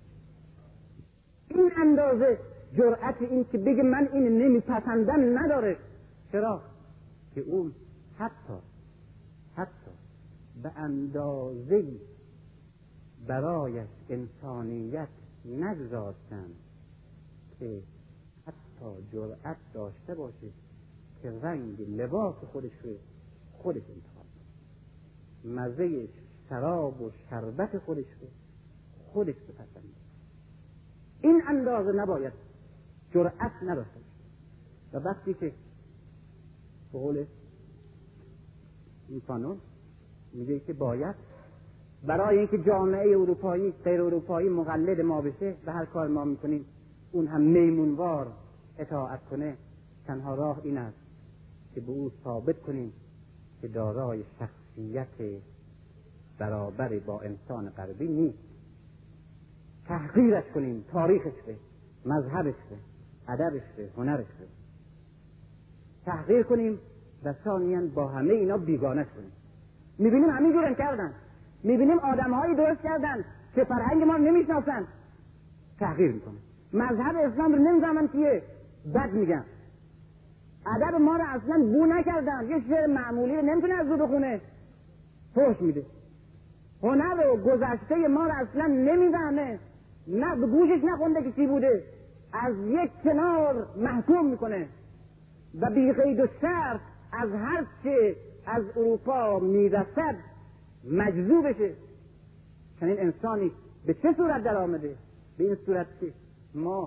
این اندازه جرأت این که بگه من این نمیپسندم نداره. چرا؟ که اون حتی حتی به اندازه برایش انسانیت نگذاشتن که حتی جرأت داشته باشه که رنگ لباس خودش رو خودش انتخاب کنه، مزه شراب و شربت خودش رو خودش بپسنده. این اندازه نباید جرأت نداشته و وقتی که به قول این قانون میگه که باید برای اینکه جامعه اروپایی غیر اروپایی مقلد ما بشه و هر کار ما میکنیم اون هم میمونوار اطاعت کنه، تنها راه این است که به او ثابت کنیم که دارای شخصیت برابری با انسان غربی نیست، تحقیرش کنیم، تاریخش رو، مذهبش رو، ادبش رو، هنرش رو تحقیر کنیم و ثانیاً با همه اینا بیگانه کنیم. میبینیم همینجور کردن، میبینیم آدم‌هایی درست کردن که فرهنگ ما نمیشناسن، تحقیر میکنن، مذهب اسلام رو نمیفهمن چیه، بد میگن. ادب ما رو اصلا بو نکردن. یه شعر معمولی رو نمیتونه از رو بخونه، فحش میده. هنر و گذشته ما رو اصلا نمیدهنه، نه به گوشش نخونده که چی بوده، از یک کنار محکوم میکنه و بی قید و شرط از هر چه از اروپا میرسد مجذوب بشه. چنین انسانی به چه صورت در آمده؟ به این صورت که ما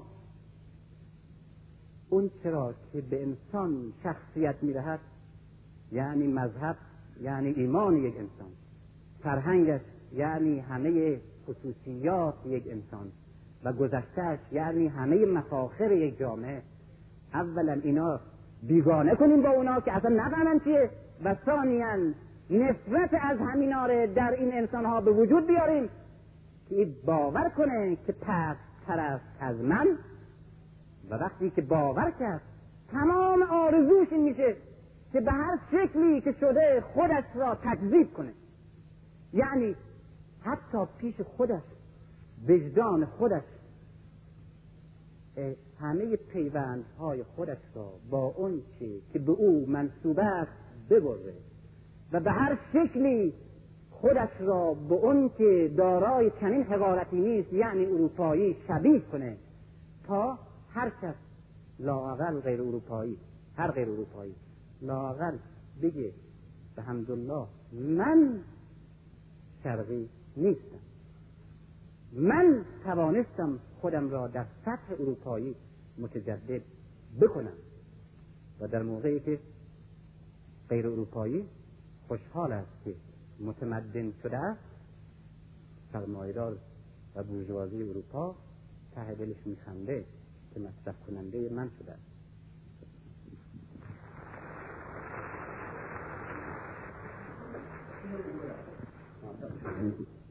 اون چرا که به انسان شخصیت میدهد، یعنی مذهب، یعنی ایمان یک انسان، فرهنگش یعنی همه خصوصیات یک انسان و گذشتهش یعنی همه مفاخر یک جامعه، اولا اینا بیگانه کنیم با اونا که اصلا نفهمن چیه، و ثانیاً نفرت از همیناره در این انسانها به وجود بیاریم که این باور کنه که پس تر است از من، و وقتی که باور کرد تمام آرزوش این میشه که به هر شکلی که شده خودش را تکذیب کنه، یعنی حتی پیش خودش، وجدان خودش، همه پیوندهای خودش را با اون چی که به او منسوب است ببره و به هر شکلی خودش را به اون که دارای چنین حقارتی نیست یعنی اروپایی شبیه کنه، تا هر کس لااقل غیر اروپایی، هر غیر اروپایی لااقل بگه به حمدالله من شرقی نیستم، من توانستم خودم را در سطح اروپایی متجدد بکنم. و در موقعی که غیر اروپایی خوشحال است که متمدن شده است، سرمایه‌دار و بورژوازی اروپا ته دلش میخنده که مصرف کننده من شده است.